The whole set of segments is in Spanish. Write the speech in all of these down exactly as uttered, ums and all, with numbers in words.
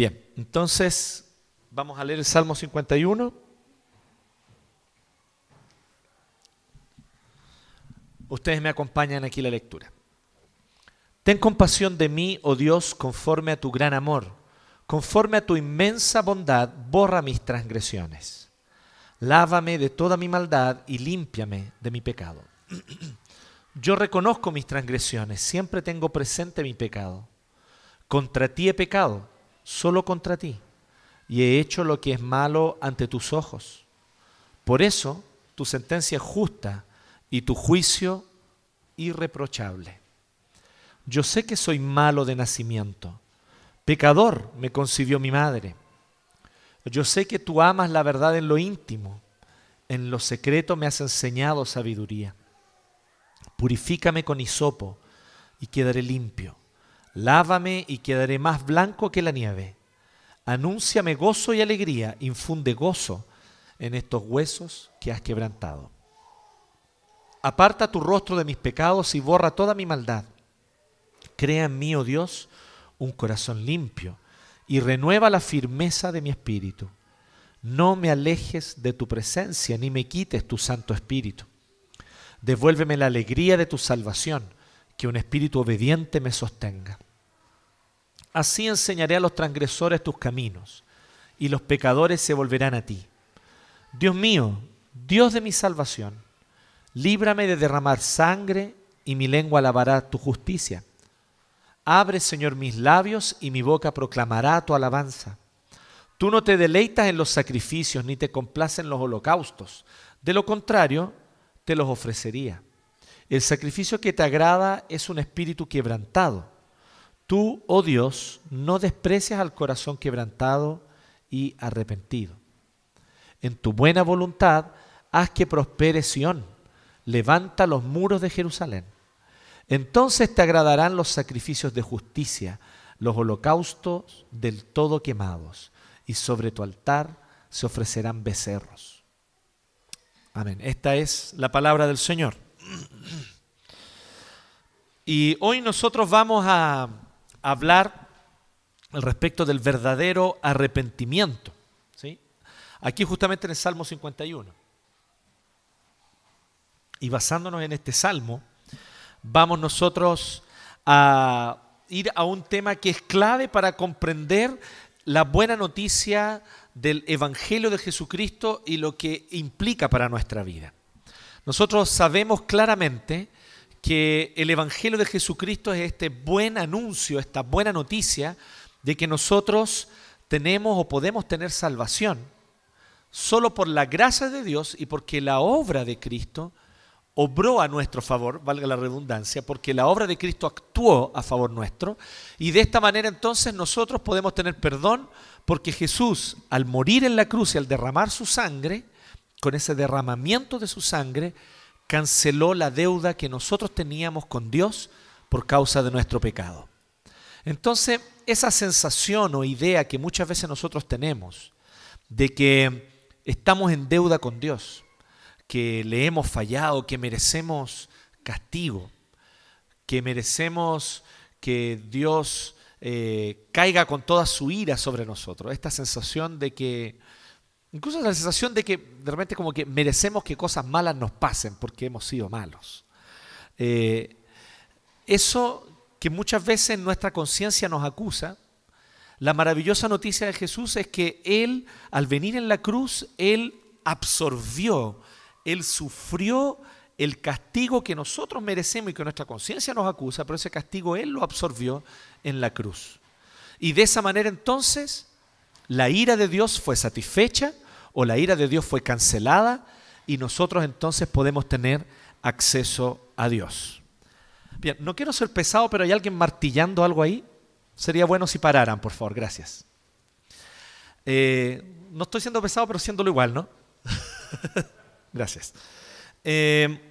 Bien, entonces vamos a leer el Salmo cincuenta y uno. Ustedes me acompañan aquí en la lectura. Ten compasión de mí, oh Dios, conforme a tu gran amor. Conforme a tu inmensa bondad, borra mis transgresiones. Lávame de toda mi maldad y límpiame de mi pecado. Yo reconozco mis transgresiones, siempre tengo presente mi pecado. Contra ti he pecado, solo contra ti, y he hecho lo que es malo ante tus ojos. Por eso, tu sentencia es justa y tu juicio irreprochable. Yo sé que soy malo de nacimiento. Pecador me concibió mi madre. Yo sé que tú amas la verdad en lo íntimo. En lo secreto me has enseñado sabiduría. Purifícame con hisopo y quedaré limpio. Lávame y quedaré más blanco que la nieve. Anúnciame gozo y alegría. Infunde gozo en estos huesos que has quebrantado. Aparta tu rostro de mis pecados y borra toda mi maldad. Crea en mí, oh Dios, un corazón limpio y renueva la firmeza de mi espíritu. No me alejes de tu presencia ni me quites tu Santo Espíritu. Devuélveme la alegría de tu salvación, que un espíritu obediente me sostenga. Así enseñaré a los transgresores tus caminos y los pecadores se volverán a ti. Dios mío, Dios de mi salvación, líbrame de derramar sangre y mi lengua alabará tu justicia. Abre, Señor, mis labios y mi boca proclamará tu alabanza. Tú no te deleitas en los sacrificios ni te complacen los holocaustos. De lo contrario, te los ofrecería. El sacrificio que te agrada es un espíritu quebrantado. Tú, oh Dios, no desprecias al corazón quebrantado y arrepentido. En tu buena voluntad, haz que prospere Sión. Levanta los muros de Jerusalén. Entonces te agradarán los sacrificios de justicia, los holocaustos del todo quemados, y sobre tu altar se ofrecerán becerros. Amén. Esta es la palabra del Señor. Y hoy nosotros vamos a hablar al respecto del verdadero arrepentimiento, ¿sí? Aquí justamente en el Salmo cincuenta y uno. Y basándonos en este Salmo, vamos nosotros a ir a un tema que es clave para comprender la buena noticia del Evangelio de Jesucristo y lo que implica para nuestra vida. Nosotros sabemos claramente que el Evangelio de Jesucristo es este buen anuncio, esta buena noticia de que nosotros tenemos o podemos tener salvación solo por la gracia de Dios y porque la obra de Cristo obró a nuestro favor, valga la redundancia, porque la obra de Cristo actuó a favor nuestro, y de esta manera entonces nosotros podemos tener perdón, porque Jesús, al morir en la cruz y al derramar su sangre, con ese derramamiento de su sangre, canceló la deuda que nosotros teníamos con Dios por causa de nuestro pecado. Entonces, esa sensación o idea que muchas veces nosotros tenemos de que estamos en deuda con Dios, que le hemos fallado, que merecemos castigo, que merecemos que Dios eh, caiga con toda su ira sobre nosotros. Esta sensación de que, incluso la sensación de que de repente como que merecemos que cosas malas nos pasen porque hemos sido malos. Eh, eso que muchas veces nuestra conciencia nos acusa, la maravillosa noticia de Jesús es que Él, al venir en la cruz, Él absorbió, Él sufrió el castigo que nosotros merecemos y que nuestra conciencia nos acusa, pero ese castigo Él lo absorbió en la cruz. Y de esa manera entonces, la ira de Dios fue satisfecha o la ira de Dios fue cancelada y nosotros entonces podemos tener acceso a Dios. Bien, no quiero ser pesado, pero hay alguien martillando algo ahí. Sería bueno si pararan, por favor, gracias. Eh, no estoy siendo pesado, pero siéndolo igual, ¿no? Gracias. Eh,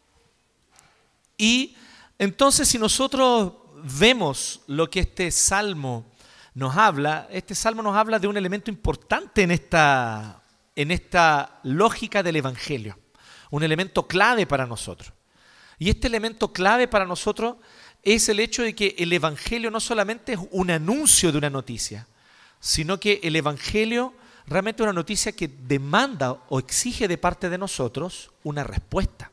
y entonces si nosotros vemos lo que este salmo nos habla, este salmo nos habla de un elemento importante en esta, en esta lógica del Evangelio, un elemento clave para nosotros. Y este elemento clave para nosotros es el hecho de que el Evangelio no solamente es un anuncio de una noticia, sino que el Evangelio realmente es una noticia que demanda o exige de parte de nosotros una respuesta.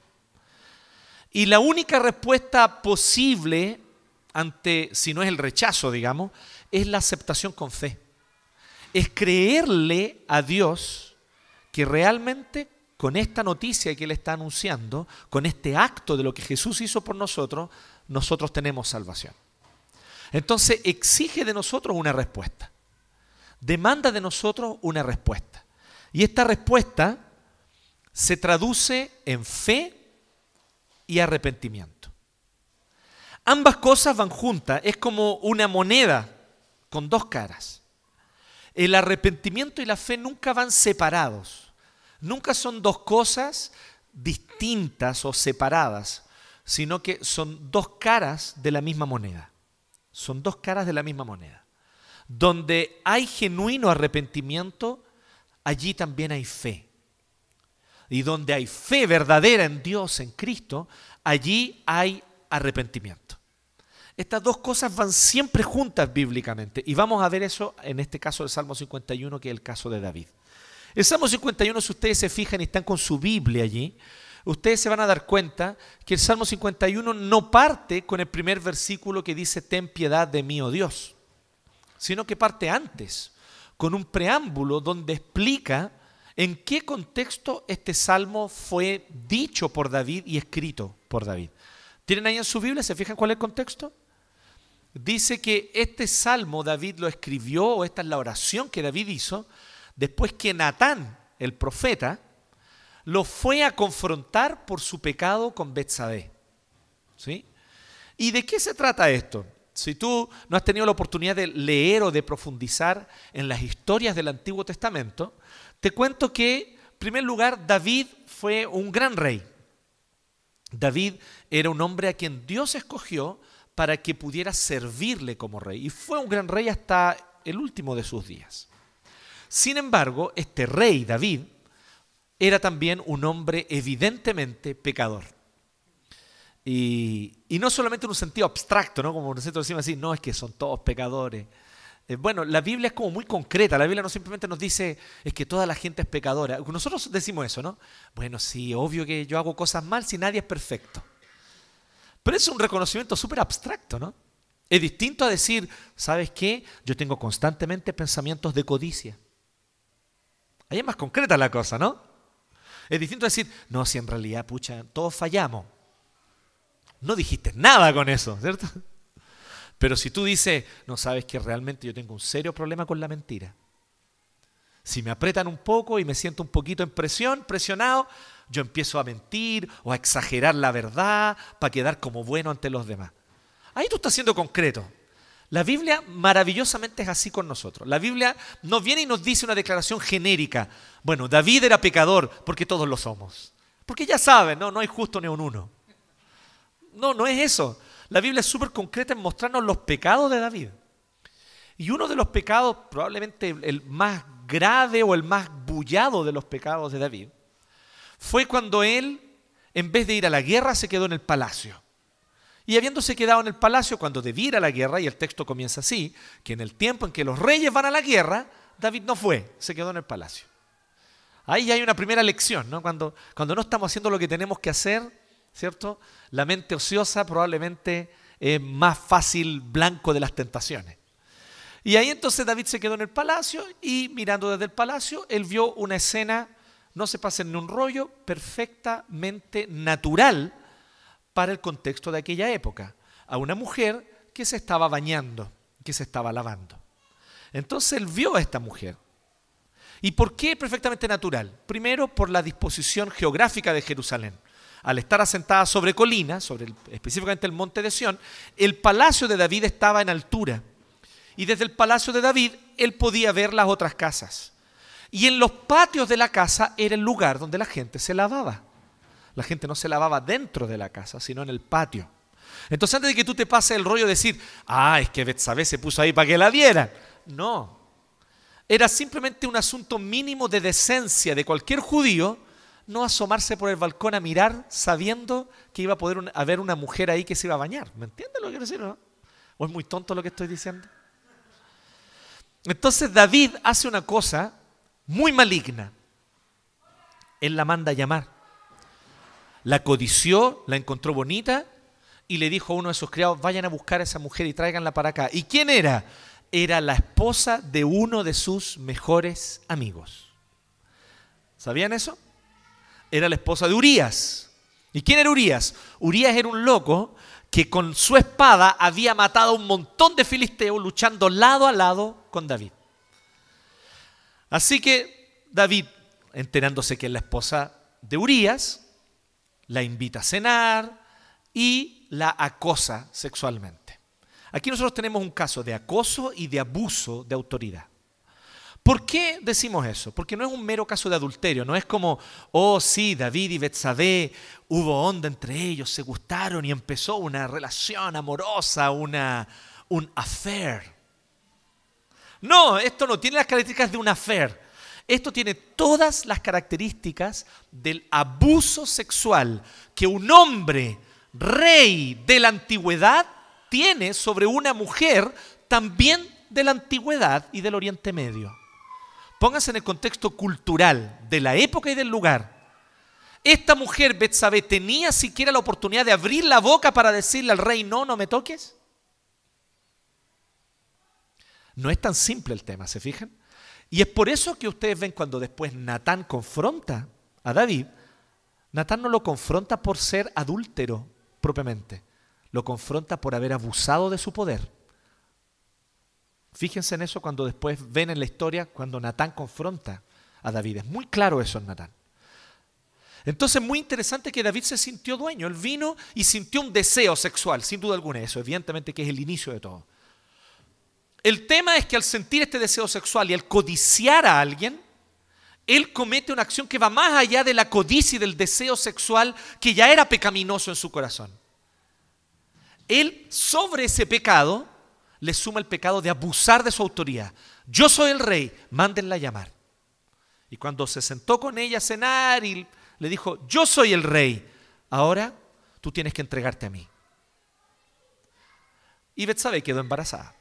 Y la única respuesta posible ante, si no es el rechazo, digamos, es la aceptación con fe. Es creerle a Dios que realmente con esta noticia que Él está anunciando, con este acto de lo que Jesús hizo por nosotros, nosotros tenemos salvación. Entonces exige de nosotros una respuesta. Demanda de nosotros una respuesta. Y esta respuesta se traduce en fe y arrepentimiento. Ambas cosas van juntas, es como una moneda con dos caras. El arrepentimiento y la fe nunca van separados, nunca son dos cosas distintas o separadas, sino que son dos caras de la misma moneda. Son dos caras de la misma moneda. Donde hay genuino arrepentimiento, allí también hay fe. Y donde hay fe verdadera en Dios, en Cristo, allí hay arrepentimiento. Estas dos cosas van siempre juntas bíblicamente. Y vamos a ver eso en este caso del Salmo cincuenta y uno, que es el caso de David. El Salmo cincuenta y uno, si ustedes se fijan y están con su Biblia allí, ustedes se van a dar cuenta que el Salmo cincuenta y uno no parte con el primer versículo que dice «Ten piedad de mí, oh Dios», sino que parte antes, con un preámbulo donde explica en qué contexto este salmo fue dicho por David y escrito por David. ¿Tienen ahí en su Biblia? ¿Se fijan cuál es el contexto? Dice que este salmo David lo escribió, o esta es la oración que David hizo, después que Natán, el profeta, lo fue a confrontar por su pecado con Betsabé. ¿Sí? ¿Y de qué se trata esto? Si tú no has tenido la oportunidad de leer o de profundizar en las historias del Antiguo Testamento, te cuento que, en primer lugar, David fue un gran rey. David era un hombre a quien Dios escogió para que pudiera servirle como rey. Y fue un gran rey hasta el último de sus días. Sin embargo, este rey, David, era también un hombre evidentemente pecador. Y, y no solamente en un sentido abstracto, ¿no? Como nosotros decimos así, no, es que son todos pecadores. Eh, bueno, la Biblia es como muy concreta. La Biblia no simplemente nos dice, es que toda la gente es pecadora. Nosotros decimos eso, ¿no? Bueno, sí, obvio que yo hago cosas mal si nadie es perfecto. Pero es un reconocimiento súper abstracto, ¿no? Es distinto a decir, ¿sabes qué? Yo tengo constantemente pensamientos de codicia. Ahí es más concreta la cosa, ¿no? Es distinto a decir, no, si en realidad, pucha, todos fallamos. No dijiste nada con eso, ¿cierto? Pero si tú dices, no, sabes que realmente yo tengo un serio problema con la mentira. Si me aprietan un poco y me siento un poquito en presión, presionado, yo empiezo a mentir o a exagerar la verdad para quedar como bueno ante los demás. Ahí tú estás siendo concreto. La Biblia maravillosamente es así con nosotros. La Biblia nos viene y nos dice una declaración genérica. Bueno, David era pecador porque todos lo somos. Porque ya saben, no, no hay justo ni un uno. No, no es eso. La Biblia es súper concreta en mostrarnos los pecados de David. Y uno de los pecados, probablemente el más grave o el más bullado de los pecados de David, fue cuando él, en vez de ir a la guerra, se quedó en el palacio. Y habiéndose quedado en el palacio cuando debía ir a la guerra, y el texto comienza así, que en el tiempo en que los reyes van a la guerra, David no fue, se quedó en el palacio. Ahí hay una primera lección, ¿no? Cuando, cuando no estamos haciendo lo que tenemos que hacer, ¿cierto? La mente ociosa probablemente es más fácil blanco de las tentaciones. Y ahí entonces David se quedó en el palacio y mirando desde el palacio, él vio una escena, no se pasen ni un rollo, perfectamente natural para el contexto de aquella época. A una mujer que se estaba bañando, que se estaba lavando. Entonces él vio a esta mujer. ¿Y por qué perfectamente natural? Primero, por la disposición geográfica de Jerusalén. Al estar asentada sobre colinas, sobre el, específicamente el monte de Sión, el palacio de David estaba en altura. Y desde el palacio de David, él podía ver las otras casas. Y en los patios de la casa era el lugar donde la gente se lavaba. La gente no se lavaba dentro de la casa, sino en el patio. Entonces, antes de que tú te pases el rollo de decir, ah, es que Betsabé se puso ahí para que la vieran. No. Era simplemente un asunto mínimo de decencia de cualquier judío no asomarse por el balcón a mirar sabiendo que iba a poder un, haber una mujer ahí que se iba a bañar. ¿Me entiendes lo que quiero decir, no? ¿O es muy tonto lo que estoy diciendo? Entonces David hace una cosa muy maligna. Él la manda a llamar. La codició, la encontró bonita y le dijo a uno de sus criados, vayan a buscar a esa mujer y tráiganla para acá. ¿Y quién era? Era la esposa de uno de sus mejores amigos. ¿Sabían eso? Era la esposa de Urías. ¿Y quién era Urías? Urías era un loco que con su espada había matado a un montón de filisteos luchando lado a lado con David. Así que David, enterándose que es la esposa de Urías, la invita a cenar y la acosa sexualmente. Aquí nosotros tenemos un caso de acoso y de abuso de autoridad. ¿Por qué decimos eso? Porque no es un mero caso de adulterio, no es como, oh sí, David y Betsabé, hubo onda entre ellos, se gustaron y empezó una relación amorosa, una, un affair. No, esto no tiene las características de un affair. Esto tiene todas las características del abuso sexual que un hombre, rey de la antigüedad, tiene sobre una mujer también de la antigüedad y del Oriente Medio. Pónganse en el contexto cultural de la época y del lugar. ¿Esta mujer, Betsabé, tenía siquiera la oportunidad de abrir la boca para decirle al rey, no, no me toques? No es tan simple el tema, ¿se fijan? Y es por eso que ustedes ven cuando después Natán confronta a David, Natán no lo confronta por ser adúltero propiamente, lo confronta por haber abusado de su poder. Fíjense en eso cuando después ven en la historia cuando Natán confronta a David. Es muy claro eso en Natán. Entonces es muy interesante que David se sintió dueño. Él vino y sintió un deseo sexual, sin duda alguna. Eso evidentemente que es el inicio de todo. El tema es que al sentir este deseo sexual y al codiciar a alguien, él comete una acción que va más allá de la codicia y del deseo sexual que ya era pecaminoso en su corazón. Él sobre ese pecado le suma el pecado de abusar de su autoridad. Yo soy el rey, mándenla a llamar. Y cuando se sentó con ella a cenar y le dijo, yo soy el rey, ahora tú tienes que entregarte a mí. Y Betsabé quedó embarazada.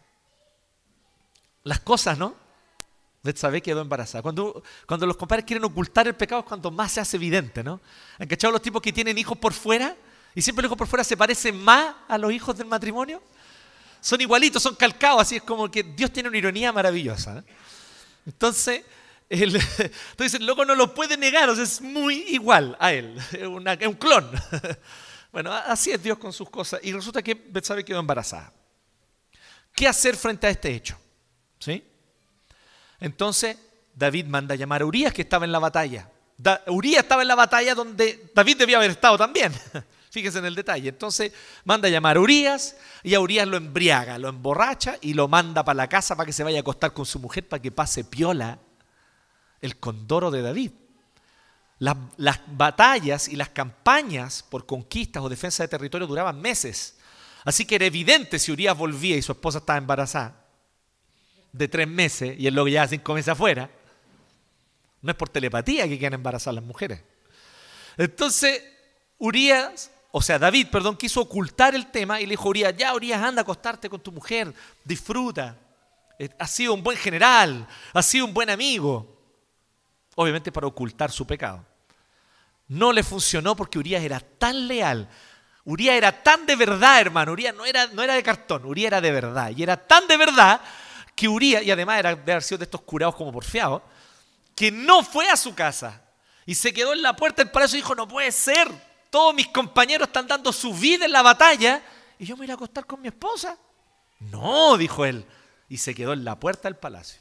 Las cosas, ¿no? Betsabé quedó embarazada. Cuando, cuando los compadres quieren ocultar el pecado es cuando más se hace evidente, ¿no? ¿Han cachado los tipos que tienen hijos por fuera? Y siempre los hijos por fuera se parecen más a los hijos del matrimonio. Son igualitos, son calcados, así es como que Dios tiene una ironía maravillosa, ¿eh? Entonces, el, entonces el loco no lo puede negar, o sea, es muy igual a él, es, una, es un clon. Bueno, así es Dios con sus cosas. Y resulta que Betsabé quedó embarazada. ¿Qué hacer frente a este hecho? ¿Sí? Entonces, David manda a llamar a Urías, que estaba en la batalla. Da, Urías estaba en la batalla donde David debía haber estado también. Fíjense en el detalle. Entonces manda a llamar a Urías y a Urías lo embriaga, lo emborracha y lo manda para la casa para que se vaya a acostar con su mujer para que pase piola el condoro de David. Las, las batallas y las campañas por conquistas o defensa de territorio duraban meses. Así que era evidente si Urías volvía y su esposa estaba embarazada de tres meses y él lo que llevaba cinco meses afuera. No es por telepatía que quedan embarazadas las mujeres. Entonces Urías... O sea, David, perdón, quiso ocultar el tema y le dijo a Urías, ya Urías, anda a acostarte con tu mujer, disfruta, has sido un buen general, has sido un buen amigo. Obviamente para ocultar su pecado. No le funcionó porque Urías era tan leal, Urías era tan de verdad, hermano, Urías no era, no era de cartón, Urías era de verdad. Y era tan de verdad que Urías, y además era de haber sido de estos curados como porfiados, que no fue a su casa y se quedó en la puerta del palacio y dijo, no puede ser. Todos mis compañeros están dando su vida en la batalla y yo me iré a acostar con mi esposa. No, dijo él, y se quedó en la puerta del palacio.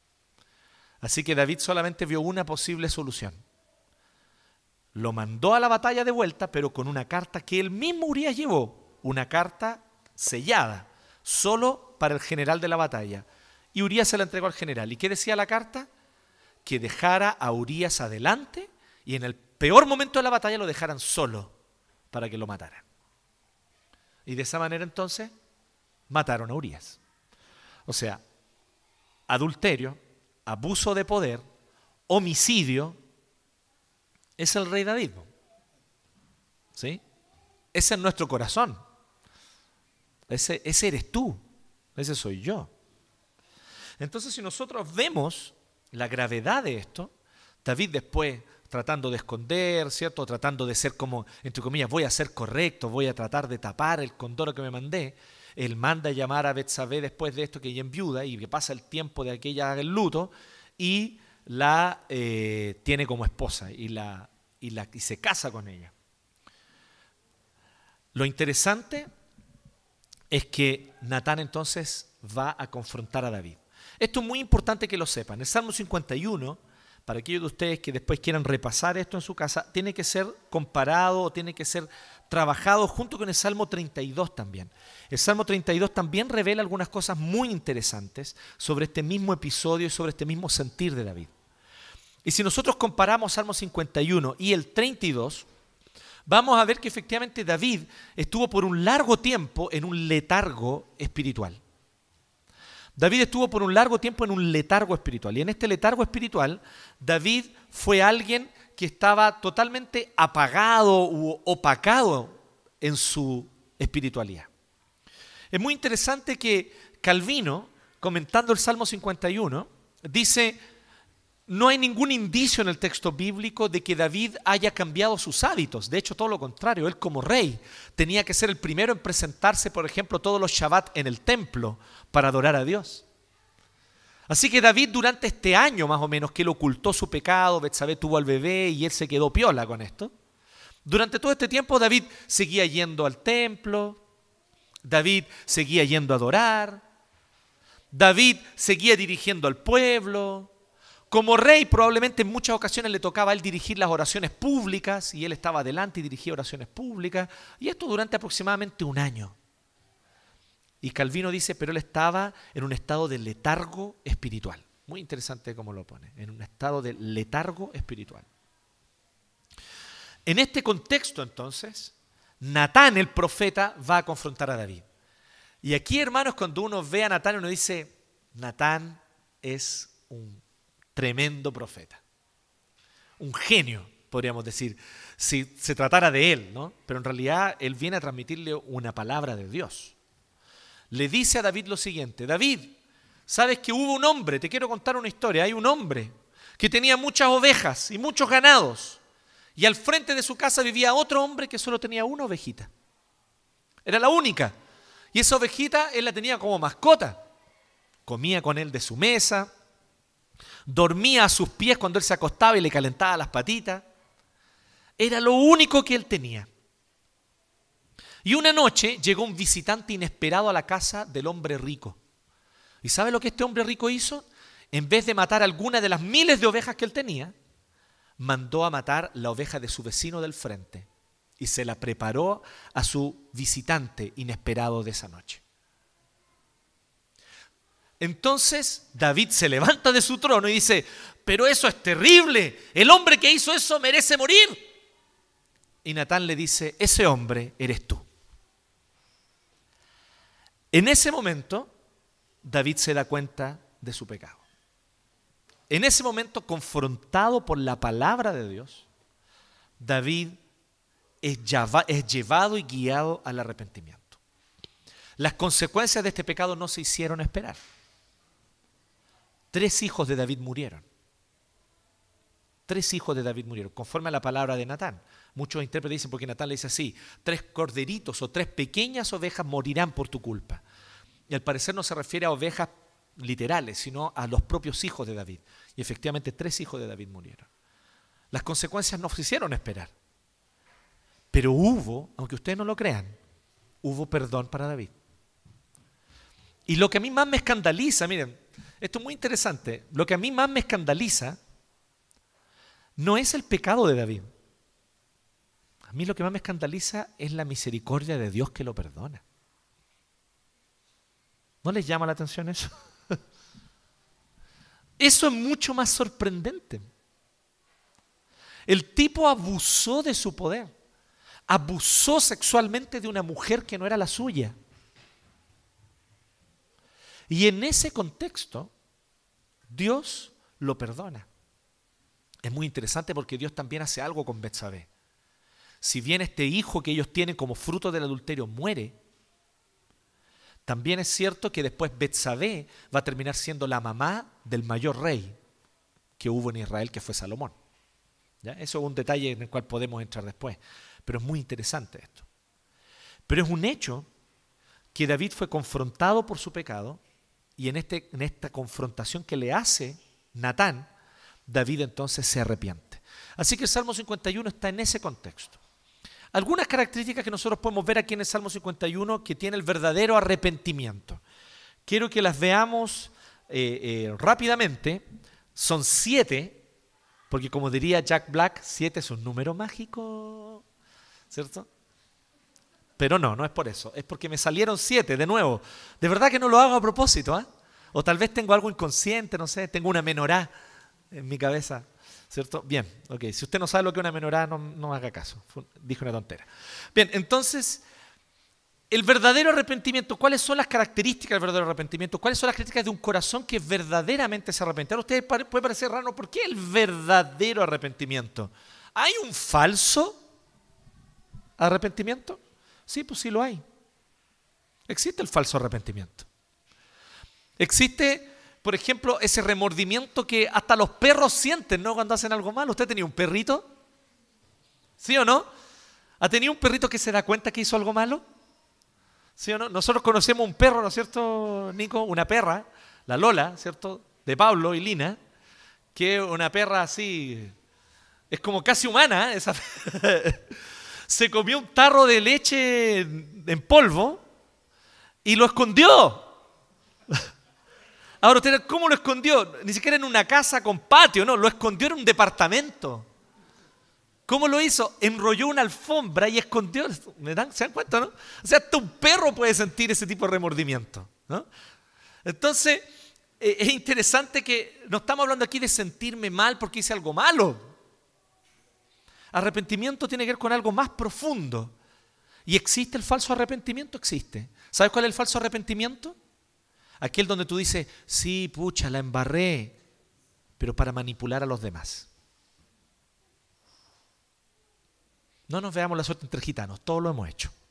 Así que David solamente vio una posible solución. Lo mandó a la batalla de vuelta, pero con una carta que él mismo Urías llevó, una carta sellada, solo para el general de la batalla. Y Urías se la entregó al general. ¿Y qué decía la carta? Que dejara a Urías adelante y en el peor momento de la batalla lo dejaran solo para que lo mataran. Y de esa manera entonces mataron a Urías. O sea, adulterio, abuso de poder, homicidio, es el rey David. ¿Sí? Ese es nuestro corazón. Ese, ese eres tú. Ese soy yo. Entonces, si nosotros vemos la gravedad de esto, David después tratando de esconder, ¿cierto? Tratando de ser como, entre comillas, voy a ser correcto, voy a tratar de tapar el condoro que me mandé. Él manda a llamar a Betsabé después de esto, que ella enviuda y que pasa el tiempo de aquella el luto, y la eh, tiene como esposa y, la, y, la, y se casa con ella. Lo interesante es que Natán entonces va a confrontar a David. Esto es muy importante que lo sepan. El Salmo cincuenta y uno, para aquellos de ustedes que después quieran repasar esto en su casa, tiene que ser comparado, tiene que ser trabajado junto con el Salmo treinta y dos también. El Salmo treinta y dos también revela algunas cosas muy interesantes sobre este mismo episodio y sobre este mismo sentir de David. Y si nosotros comparamos Salmo cincuenta y uno y el treinta y dos, vamos a ver que efectivamente David estuvo por un largo tiempo en un letargo espiritual. David estuvo por un largo tiempo en un letargo espiritual. Y en este letargo espiritual, David fue alguien que estaba totalmente apagado u opacado en su espiritualidad. Es muy interesante que Calvino, comentando el Salmo cincuenta y uno, dice: no hay ningún indicio en el texto bíblico de que David haya cambiado sus hábitos. De hecho, todo lo contrario. Él, como rey, tenía que ser el primero en presentarse, por ejemplo, todos los Shabbat en el templo para adorar a Dios. Así que David, durante este año más o menos que él ocultó su pecado, Betsabé tuvo al bebé y él se quedó piola con esto, durante todo este tiempo David seguía yendo al templo, David seguía yendo a adorar, David seguía dirigiendo al pueblo. Como rey probablemente en muchas ocasiones le tocaba a él dirigir las oraciones públicas y él estaba adelante y dirigía oraciones públicas, y esto durante aproximadamente un año. Y Calvino dice, pero él estaba en un estado de letargo espiritual. Muy interesante cómo lo pone, en un estado de letargo espiritual. En este contexto entonces, Natán el profeta va a confrontar a David. Y aquí, hermanos, cuando uno ve a Natán, uno dice, Natán es un tremendo profeta, un genio, podríamos decir, si se tratara de él, ¿no? Pero en realidad él viene a transmitirle una palabra de Dios. Le dice a David lo siguiente: David, sabes que hubo un hombre, te quiero contar una historia, hay un hombre que tenía muchas ovejas y muchos ganados, y al frente de su casa vivía otro hombre que solo tenía una ovejita. Era la única, y esa ovejita él la tenía como mascota. Comía con él de su mesa, dormía a sus pies cuando él se acostaba y le calentaba las patitas. Era lo único que él tenía. Y una noche llegó un visitante inesperado a la casa del hombre rico. ¿Y sabe lo que este hombre rico hizo? En vez de matar alguna de las miles de ovejas que él tenía, mandó a matar la oveja de su vecino del frente y se la preparó a su visitante inesperado de esa noche. Entonces David se levanta de su trono y dice, pero eso es terrible, el hombre que hizo eso merece morir. Y Natán le dice, ese hombre eres tú. En ese momento, David se da cuenta de su pecado. En ese momento, confrontado por la palabra de Dios, David es llevado y guiado al arrepentimiento. Las consecuencias de este pecado no se hicieron esperar. Tres hijos de David murieron. Tres hijos de David murieron, conforme a la palabra de Natán. Muchos intérpretes dicen, porque Natán le dice así, tres corderitos o tres pequeñas ovejas morirán por tu culpa. Y al parecer no se refiere a ovejas literales, sino a los propios hijos de David. Y efectivamente tres hijos de David murieron. Las consecuencias no se hicieron esperar. Pero hubo, aunque ustedes no lo crean, hubo perdón para David. Y lo que a mí más me escandaliza, miren, esto es muy interesante, lo que a mí más me escandaliza no es el pecado de David. A mí lo que más me escandaliza es la misericordia de Dios que lo perdona. ¿No les llama la atención eso? Eso es mucho más sorprendente. El tipo abusó de su poder. Abusó sexualmente de una mujer que no era la suya. Y en ese contexto, Dios lo perdona. Es muy interesante porque Dios también hace algo con Betsabé. Si bien este hijo que ellos tienen como fruto del adulterio muere, también es cierto que después Betsabé va a terminar siendo la mamá del mayor rey que hubo en Israel, que fue Salomón. ¿Ya? Eso es un detalle en el cual podemos entrar después. Pero es muy interesante esto. Pero es un hecho que David fue confrontado por su pecado y en, este, en esta confrontación que le hace Natán, David entonces se arrepiente. Así que el Salmo cincuenta y uno está en ese contexto. Algunas características que nosotros podemos ver aquí en el Salmo cincuenta y uno que tiene el verdadero arrepentimiento. Quiero que las veamos eh, eh, rápidamente. Son siete, porque como diría Jack Black, siete es un número mágico, ¿cierto? Pero no, no es por eso. Es porque me salieron siete, de nuevo. De verdad que no lo hago a propósito, ¿eh? O tal vez tengo algo inconsciente, no sé, tengo una menorá en mi cabeza. ¿Cierto? Bien, ok. Si usted no sabe lo que es una menorá, no, no haga caso. Dije una tontera. Bien, entonces, el verdadero arrepentimiento, ¿cuáles son las características del verdadero arrepentimiento? ¿Cuáles son las características de un corazón que verdaderamente se arrepiente? Ahora, a ustedes puede parecer raro, ¿por qué el verdadero arrepentimiento? ¿Hay un falso arrepentimiento? Sí, pues sí lo hay. Existe el falso arrepentimiento. Existe... Por ejemplo, ese remordimiento que hasta los perros sienten, ¿no? Cuando hacen algo malo. ¿Usted tenía un perrito? ¿Sí o no? ¿Ha tenido un perrito que se da cuenta que hizo algo malo? ¿Sí o no? Nosotros conocemos un perro, ¿no es cierto, Nico? Una perra, la Lola, ¿cierto? De Pablo y Lina, que es una perra así, es como casi humana, ¿eh? Esa se comió un tarro de leche en polvo y lo escondió. Ahora, ¿usted cómo lo escondió? Ni siquiera en una casa con patio, no, lo escondió en un departamento. ¿Cómo lo hizo? Enrolló una alfombra y escondió. ¿Me dan? ¿Se dan cuenta, no? O sea, hasta un perro puede sentir ese tipo de remordimiento, ¿no? Entonces, eh, es interesante que no estamos hablando aquí de sentirme mal porque hice algo malo. Arrepentimiento tiene que ver con algo más profundo. ¿Y existe el falso arrepentimiento? Existe. ¿Sabes cuál es el falso arrepentimiento? Aquel donde tú dices, sí, pucha, la embarré, pero para manipular a los demás. No nos veamos la suerte entre gitanos, todos lo hemos hecho.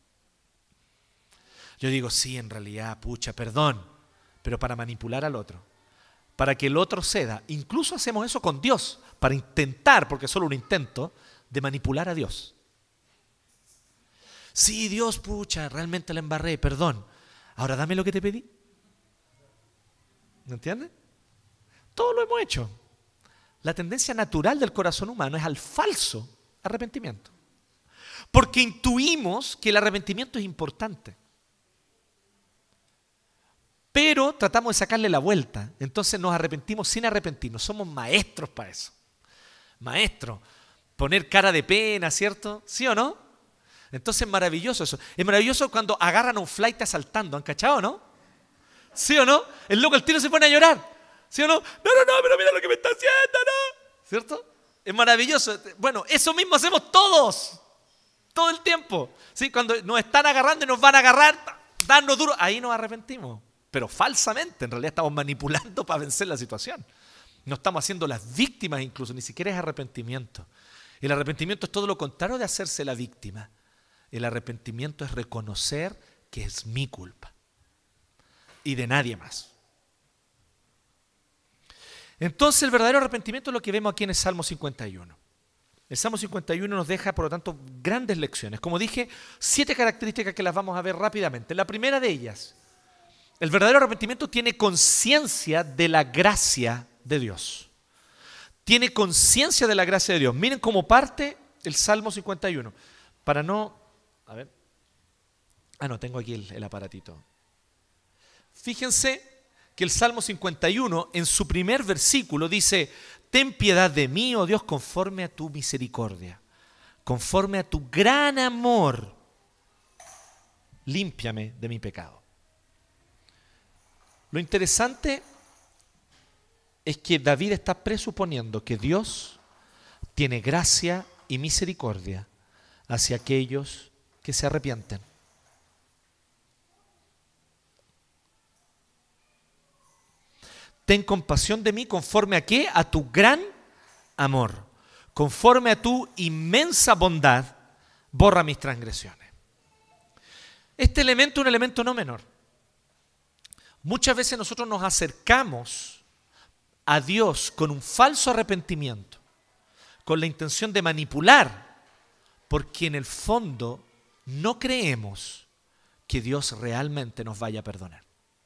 Yo digo, sí, en realidad, pucha, perdón, pero para manipular al otro, para que el otro ceda. Incluso hacemos eso con Dios, para intentar, porque es solo un intento, de manipular a Dios. Sí, Dios, pucha, realmente la embarré, perdón. Ahora dame lo que te pedí. ¿Me entiendes? Todo lo hemos hecho. La tendencia natural del corazón humano es al falso arrepentimiento. Porque intuimos que el arrepentimiento es importante. Pero tratamos de sacarle la vuelta. Entonces nos arrepentimos sin arrepentirnos. Somos maestros para eso. Maestros. Poner cara de pena, ¿cierto? ¿Sí o no? Entonces es maravilloso eso. Es maravilloso cuando agarran a un flaite asaltando. ¿Han cachado, no? ¿Sí o no? El loco al tiro se pone a llorar. ¿Sí o no? No, no, no, pero mira lo que me está haciendo, ¿no? ¿Cierto? Es maravilloso. Bueno, eso mismo hacemos todos. Todo el tiempo. ¿Sí? Cuando nos están agarrando y nos van a agarrar, darnos duro, ahí nos arrepentimos. Pero falsamente, en realidad estamos manipulando para vencer la situación. No estamos haciendo las víctimas incluso, ni siquiera es arrepentimiento. El arrepentimiento es todo lo contrario de hacerse la víctima. El arrepentimiento es reconocer que es mi culpa. Y de nadie más. Entonces el verdadero arrepentimiento es lo que vemos aquí en el Salmo cincuenta y uno. El Salmo cincuenta y uno nos deja, por lo tanto, grandes lecciones. Como dije, siete características que las vamos a ver rápidamente. La primera de ellas, el verdadero arrepentimiento tiene conciencia de la gracia de Dios. Tiene conciencia de la gracia de Dios. Miren cómo parte el Salmo cincuenta y uno. Para no... A ver. Ah, no, tengo aquí el, el aparatito. Fíjense que el Salmo cincuenta y uno, en su primer versículo, dice: ten piedad de mí, oh Dios, conforme a tu misericordia, conforme a tu gran amor, límpiame de mi pecado. Lo interesante es que David está presuponiendo que Dios tiene gracia y misericordia hacia aquellos que se arrepienten. Ten compasión de mí conforme a qué? A tu gran amor. Conforme a tu inmensa bondad, borra mis transgresiones. Este elemento es un elemento no menor. Muchas veces nosotros nos acercamos a Dios con un falso arrepentimiento, con la intención de manipular, porque en el fondo no creemos que Dios realmente nos vaya a perdonar.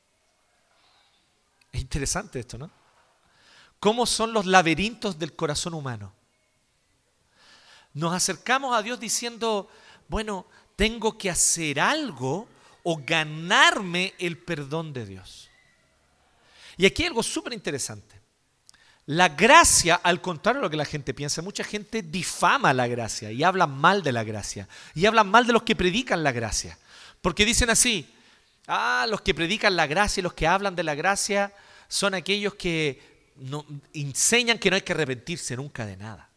Es interesante esto, ¿no? ¿Cómo son los laberintos del corazón humano? Nos acercamos a Dios diciendo, bueno, tengo que hacer algo o ganarme el perdón de Dios. Y aquí hay algo súper interesante. La gracia, al contrario de lo que la gente piensa, mucha gente difama la gracia y habla mal de la gracia. Y hablan mal de los que predican la gracia. Porque dicen así, ah, los que predican la gracia y los que hablan de la gracia son aquellos que no, enseñan que no hay que arrepentirse nunca de nada.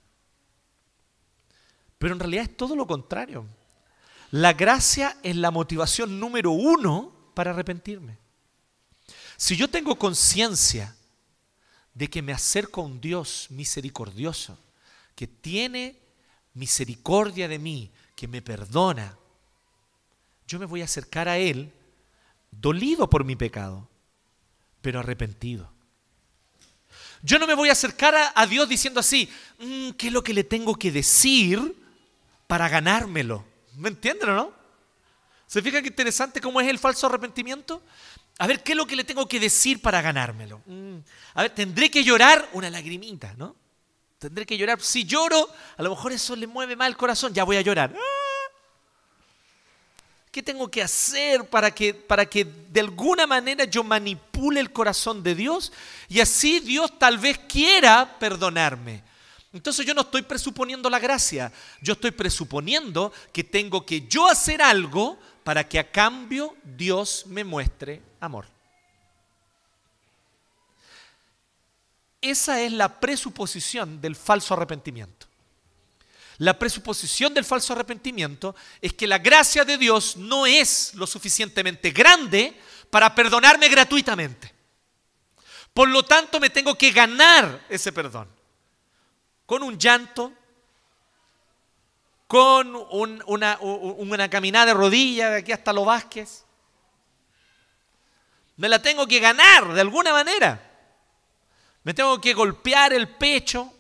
Pero en realidad es todo lo contrario. La gracia es la motivación número uno para arrepentirme. Si yo tengo conciencia de que me acerco a un Dios misericordioso, que tiene misericordia de mí, que me perdona, yo me voy a acercar a Él dolido por mi pecado, pero arrepentido. Yo no me voy a acercar a, a Dios diciendo así, mmm, ¿qué es lo que le tengo que decir para ganármelo? ¿Me entienden o no? ¿Se fijan qué interesante cómo es el falso arrepentimiento? A ver, ¿qué es lo que le tengo que decir para ganármelo? Mm, a ver, tendré que llorar una lagrimita, ¿no? Tendré que llorar. Si lloro, a lo mejor eso le mueve más el corazón, ya voy a llorar. ¡Ah! ¿Qué tengo que hacer para que, para que de alguna manera yo manipule el corazón de Dios y así Dios tal vez quiera perdonarme? Entonces yo no estoy presuponiendo la gracia, yo estoy presuponiendo que tengo que yo hacer algo para que a cambio Dios me muestre amor. Esa es la presuposición del falso arrepentimiento. La presuposición del falso arrepentimiento es que la gracia de Dios no es lo suficientemente grande para perdonarme gratuitamente. Por lo tanto, me tengo que ganar ese perdón. Con un llanto, con un, una, una caminada de rodillas de aquí hasta Los Vázquez. Me la tengo que ganar de alguna manera. Me tengo que golpear el pecho.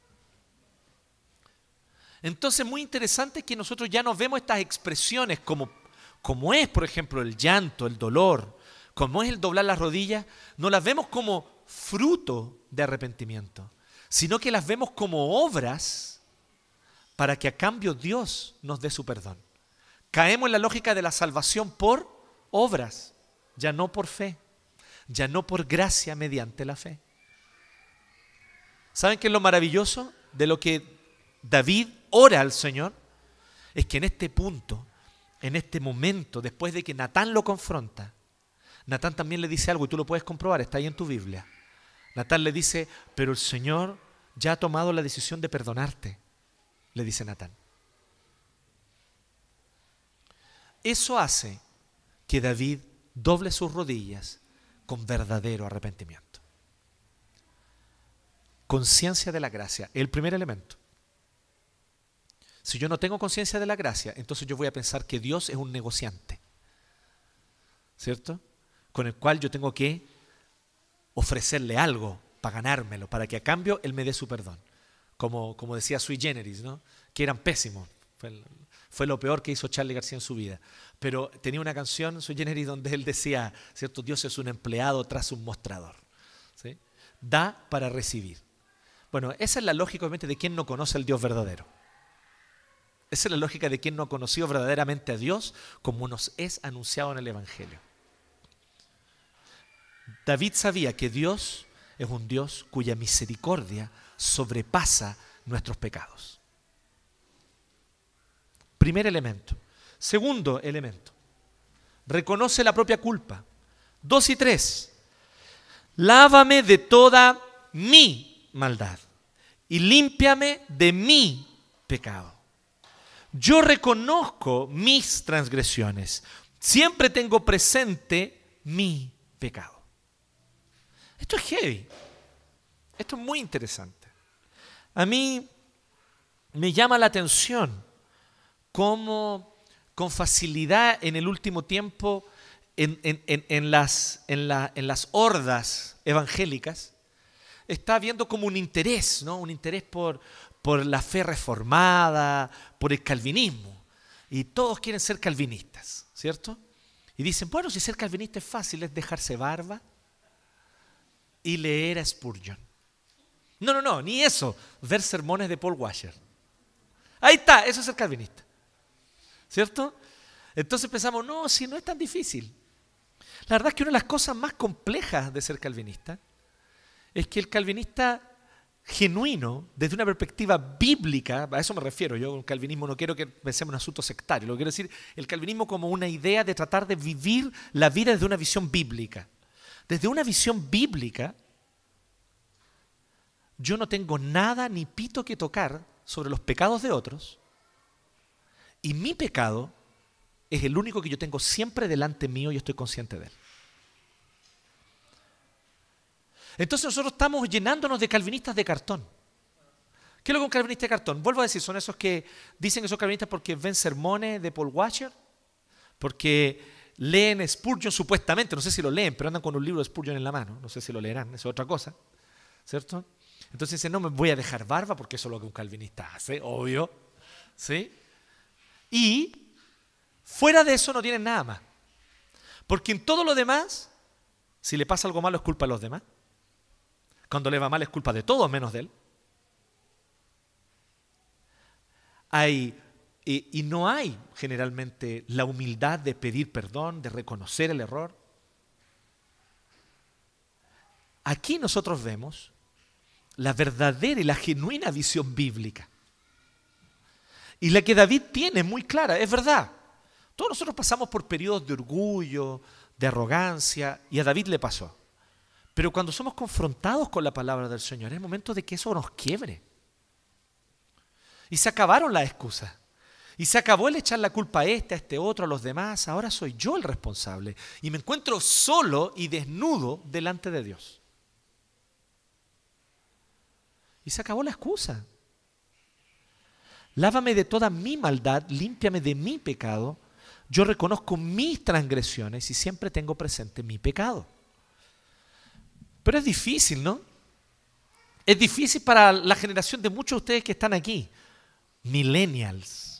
Entonces, muy interesante que nosotros ya nos vemos estas expresiones como, como es, por ejemplo, el llanto, el dolor, como es el doblar las rodillas, no las vemos como fruto de arrepentimiento, sino que las vemos como obras para que a cambio Dios nos dé su perdón. Caemos en la lógica de la salvación por obras, ya no por fe, ya no por gracia mediante la fe. ¿Saben qué es lo maravilloso de lo que David ora al Señor? Es que en este punto, en este momento, después de que Natán lo confronta, Natán también le dice algo y tú lo puedes comprobar, está ahí en tu Biblia. Natán le dice, pero el Señor ya ha tomado la decisión de perdonarte, le dice Natán. Eso hace que David doble sus rodillas con verdadero arrepentimiento. Conciencia de la gracia, el primer elemento. Si yo no tengo conciencia de la gracia, entonces yo voy a pensar que Dios es un negociante, ¿cierto? Con el cual yo tengo que ofrecerle algo para ganármelo, para que a cambio Él me dé su perdón. Como, como decía Sui Generis, ¿no? Que eran pésimos. Fue, fue lo peor que hizo Charly García en su vida. Pero tenía una canción, Sui Generis, donde él decía, ¿cierto? Dios es un empleado tras un mostrador, ¿sí? Da para recibir. Bueno, esa es la lógica, obviamente, de quien no conoce al Dios verdadero. Esa es la lógica de quien no ha conocido verdaderamente a Dios como nos es anunciado en el Evangelio. David sabía que Dios es un Dios cuya misericordia sobrepasa nuestros pecados. Primer elemento. Segundo elemento. Reconoce la propia culpa. Dos y tres. Lávame de toda mi maldad y límpiame de mi pecado. Yo reconozco mis transgresiones. Siempre tengo presente mi pecado. Esto es heavy. Esto es muy interesante. A mí me llama la atención cómo con facilidad en el último tiempo en, en, en, en, las, en, la, en las hordas evangélicas está habiendo como un interés, ¿no? Un interés por, por la fe reformada, por el calvinismo. Y todos quieren ser calvinistas, ¿cierto? Y dicen, bueno, si ser calvinista es fácil, es dejarse barba y leer a Spurgeon. No, no, no, ni eso. Ver sermones de Paul Washer. Ahí está, eso es ser calvinista. ¿Cierto? Entonces pensamos, no, si no es tan difícil. La verdad es que una de las cosas más complejas de ser calvinista es que el calvinista genuino, desde una perspectiva bíblica, a eso me refiero, yo con calvinismo no quiero que pensemos en un asunto sectario, lo que quiero decir, el calvinismo como una idea de tratar de vivir la vida desde una visión bíblica. Desde una visión bíblica, yo no tengo nada ni pito que tocar sobre los pecados de otros, y mi pecado es el único que yo tengo siempre delante mío y estoy consciente de él. Entonces nosotros estamos llenándonos de calvinistas de cartón. ¿Qué es lo que es un calvinista de cartón? Vuelvo a decir, son esos que dicen que son calvinistas porque ven sermones de Paul Washer, porque leen Spurgeon supuestamente, no sé si lo leen, pero andan con un libro de Spurgeon en la mano, no sé si lo leerán, eso es otra cosa, ¿cierto? Entonces dicen, no me voy a dejar barba porque eso es lo que un calvinista hace, obvio, ¿sí? Y fuera de eso no tienen nada más, porque en todo lo demás, si le pasa algo malo es culpa de los demás. Cuando le va mal es culpa de todos menos de él. Hay, y, y no hay generalmente la humildad de pedir perdón, de reconocer el error. Aquí nosotros vemos la verdadera y la genuina visión bíblica. Y la que David tiene muy clara, es verdad. Todos nosotros pasamos por periodos de orgullo, de arrogancia, y a David le pasó. Pero cuando somos confrontados con la palabra del Señor, es momento de que eso nos quiebre. Y se acabaron las excusas. Y se acabó el echar la culpa a este, a este otro, a los demás. Ahora soy yo el responsable. Y me encuentro solo y desnudo delante de Dios. Y se acabó la excusa. Lávame de toda mi maldad, límpiame de mi pecado. Yo reconozco mis transgresiones y siempre tengo presente mi pecado. Pero es difícil, ¿no? Es difícil para la generación de muchos de ustedes que están aquí. Millennials.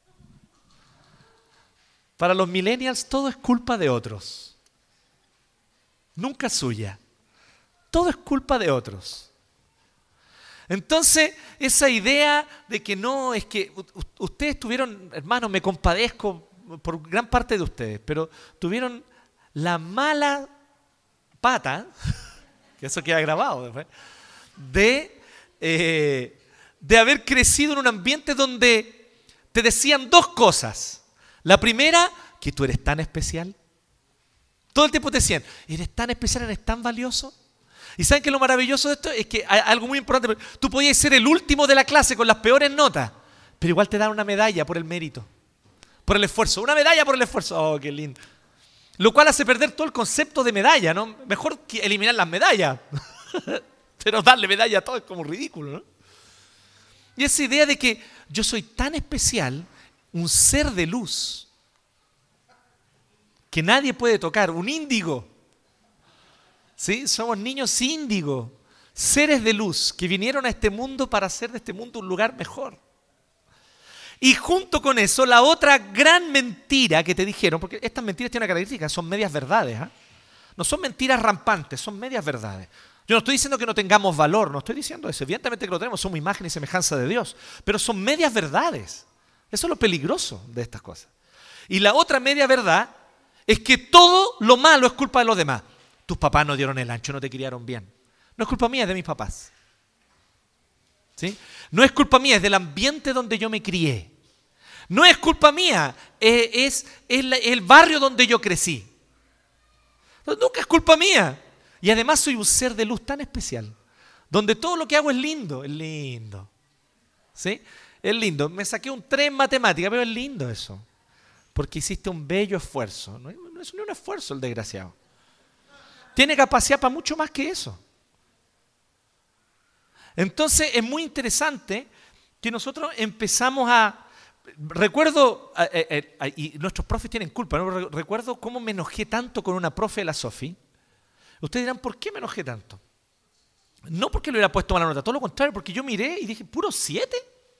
Para los millennials todo es culpa de otros. Nunca suya. Todo es culpa de otros. Entonces, esa idea de que no, es que ustedes tuvieron, hermanos, me compadezco por gran parte de ustedes, pero tuvieron la mala pata, que eso queda grabado después, de, eh, de haber crecido en un ambiente donde te decían dos cosas. La primera, que tú eres tan especial. Todo el tiempo te decían, eres tan especial, eres tan valioso. ¿Y saben qué es lo maravilloso de esto? Es que hay algo muy importante. Tú podías ser el último de la clase con las peores notas, pero igual te dan una medalla por el mérito, por el esfuerzo. Una medalla por el esfuerzo. Oh, qué lindo. Lo cual hace perder todo el concepto de medalla, ¿no? Mejor que eliminar las medallas. Pero darle medalla a todo es como ridículo, ¿no? Y esa idea de que yo soy tan especial, un ser de luz, que nadie puede tocar, un índigo. ¿Sí? Somos niños índigo, seres de luz que vinieron a este mundo para hacer de este mundo un lugar mejor. Y junto con eso, la otra gran mentira que te dijeron, porque estas mentiras tienen una característica, son medias verdades, ¿eh? No son mentiras rampantes, son medias verdades. Yo no estoy diciendo que no tengamos valor, no estoy diciendo eso, evidentemente que lo tenemos, somos imagen y semejanza de Dios, pero son medias verdades. Eso es lo peligroso de estas cosas. Y la otra media verdad es que todo lo malo es culpa de los demás. Tus papás no dieron el ancho, no te criaron bien. No es culpa mía, es de mis papás. ¿Sí? No es culpa mía, es del ambiente donde yo me crié. No es culpa mía, es, es, es la, el barrio donde yo crecí. Entonces, nunca es culpa mía. Y además soy un ser de luz tan especial, donde todo lo que hago es lindo, es lindo. ¿Sí? Es lindo. Me saqué un tres en matemática, pero es lindo eso. Porque hiciste un bello esfuerzo. No es, no es ni un esfuerzo el desgraciado. Tiene capacidad para mucho más que eso. Entonces es muy interesante que nosotros empezamos a, Recuerdo, eh, eh, eh, y nuestros profes tienen culpa, ¿no? Re- Recuerdo cómo me enojé tanto con una profe de la Sofi. Ustedes dirán, ¿por qué me enojé tanto? No porque le hubiera puesto mala nota, todo lo contrario, porque yo miré y dije, ¿puro siete?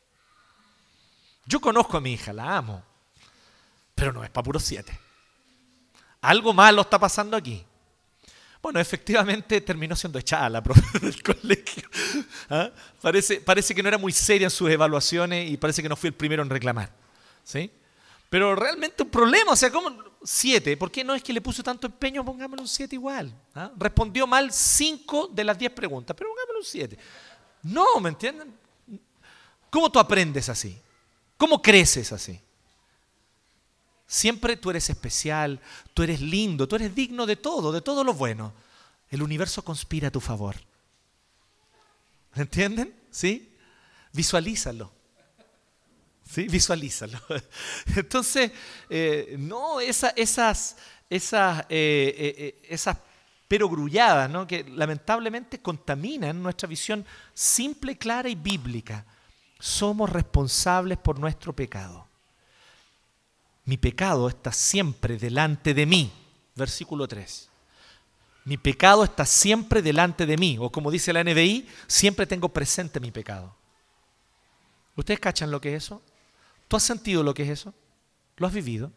Yo conozco a mi hija, la amo, pero no es para puro siete. Algo malo está pasando aquí. Bueno, efectivamente terminó siendo echada la profe del colegio. ¿Ah? Parece, parece que no era muy seria en sus evaluaciones y parece que no fui el primero en reclamar. ¿Sí? Pero realmente un problema, o sea, ¿cómo? Siete, ¿por qué no es que le puso tanto empeño? Pongámosle un siete igual. ¿Ah? Respondió mal cinco de las diez preguntas, pero pongámosle un siete. No, ¿me entienden? ¿Cómo tú aprendes así? ¿Cómo creces así? Siempre tú eres especial, tú eres lindo, tú eres digno de todo, de todo lo bueno. El universo conspira a tu favor. ¿Entienden? ¿Sí? Visualízalo. ¿Sí? Visualízalo. Entonces, eh, no, esa, esas, esas, eh, eh, eh, esas perogrulladas, ¿no? Que lamentablemente contaminan nuestra visión simple, clara y bíblica. Somos responsables por nuestro pecado. Mi pecado está siempre delante de mí. Versículo tres. Mi pecado está siempre delante de mí. O como dice la N B I, siempre tengo presente mi pecado. ¿Ustedes cachan lo que es eso? ¿Tú has sentido lo que es eso? ¿Lo has vivido?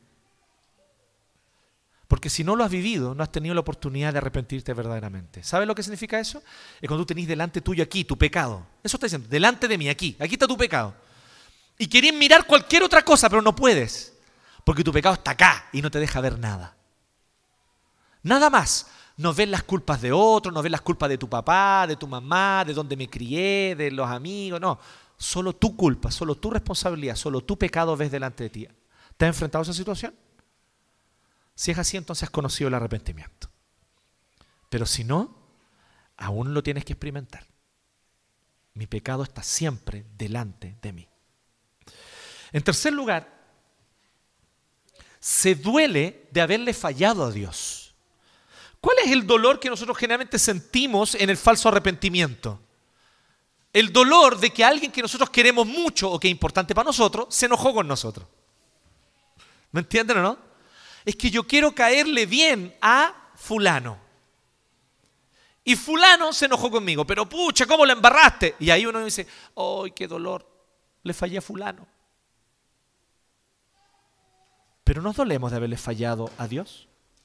Porque si no lo has vivido, no has tenido la oportunidad de arrepentirte verdaderamente. ¿Sabes lo que significa eso? Es cuando tú tenés delante tuyo aquí tu pecado. Eso está diciendo, delante de mí, aquí. Aquí está tu pecado. Y querés mirar cualquier otra cosa, pero no puedes. Porque tu pecado está acá y no te deja ver nada. Nada más. No ves las culpas de otros, no ves las culpas de tu papá, de tu mamá, de dónde me crié, de los amigos. No. Solo tu culpa, solo tu responsabilidad, solo tu pecado ves delante de ti. ¿Te has enfrentado a esa situación? Si es así, entonces has conocido el arrepentimiento. Pero si no, aún lo tienes que experimentar. Mi pecado está siempre delante de mí. En tercer lugar, se duele de haberle fallado a Dios. ¿Cuál es el dolor que nosotros generalmente sentimos en el falso arrepentimiento? El dolor de que alguien que nosotros queremos mucho o que es importante para nosotros, se enojó con nosotros. ¿Me entienden o no? Es que yo quiero caerle bien a fulano. Y fulano se enojó conmigo, pero pucha, ¿cómo le embarraste? Y ahí uno dice, ¡ay, qué dolor! Le fallé a fulano. Pero nos dolemos de haberle fallado a Dios.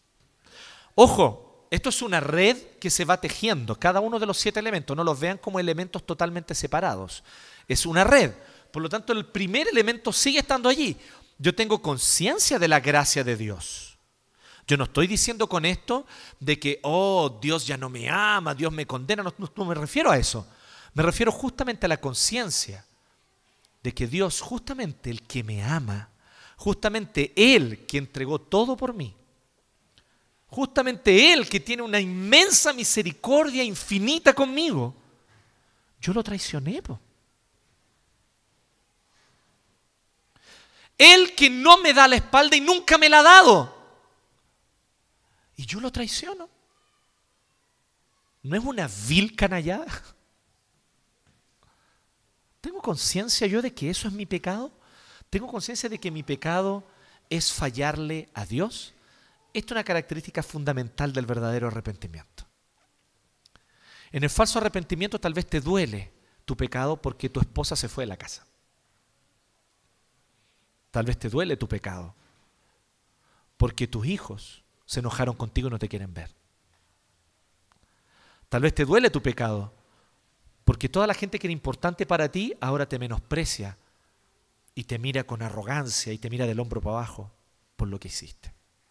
Ojo, esto es una red que se va tejiendo. Cada uno de los siete elementos, no los vean como elementos totalmente separados. Es una red. Por lo tanto, el primer elemento sigue estando allí. Yo tengo conciencia de la gracia de Dios. Yo no estoy diciendo con esto de que, oh, Dios ya no me ama, Dios me condena. No, no, no me refiero a eso. Me refiero justamente a la conciencia de que Dios, justamente el que me ama, justamente Él que entregó todo por mí, justamente Él que tiene una inmensa misericordia infinita conmigo, yo lo traicioné, po. Él que no me da la espalda y nunca me la ha dado, y yo lo traiciono. ¿No es una vil canallada? ¿Tengo conciencia yo de que eso es mi pecado? ¿Tengo conciencia de que mi pecado es fallarle a Dios? Esto es una característica fundamental del verdadero arrepentimiento. En el falso arrepentimiento tal vez te duele tu pecado porque tu esposa se fue de la casa. Tal vez te duele tu pecado porque tus hijos se enojaron contigo y no te quieren ver. Tal vez te duele tu pecado porque toda la gente que era importante para ti ahora te menosprecia y te mira con arrogancia y te mira del hombro para abajo por lo que hiciste.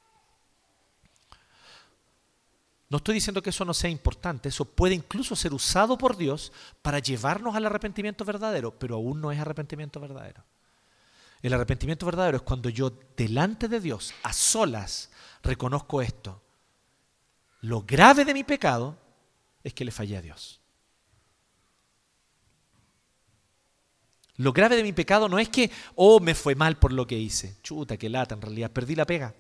No estoy diciendo que eso no sea importante, eso puede incluso ser usado por Dios para llevarnos al arrepentimiento verdadero, pero aún no es arrepentimiento verdadero. El arrepentimiento verdadero es cuando yo delante de Dios, a solas, reconozco esto. Lo grave de mi pecado es que le fallé a Dios. Lo grave de mi pecado no es que, oh, me fue mal por lo que hice. Chuta, qué lata, en realidad perdí la pega.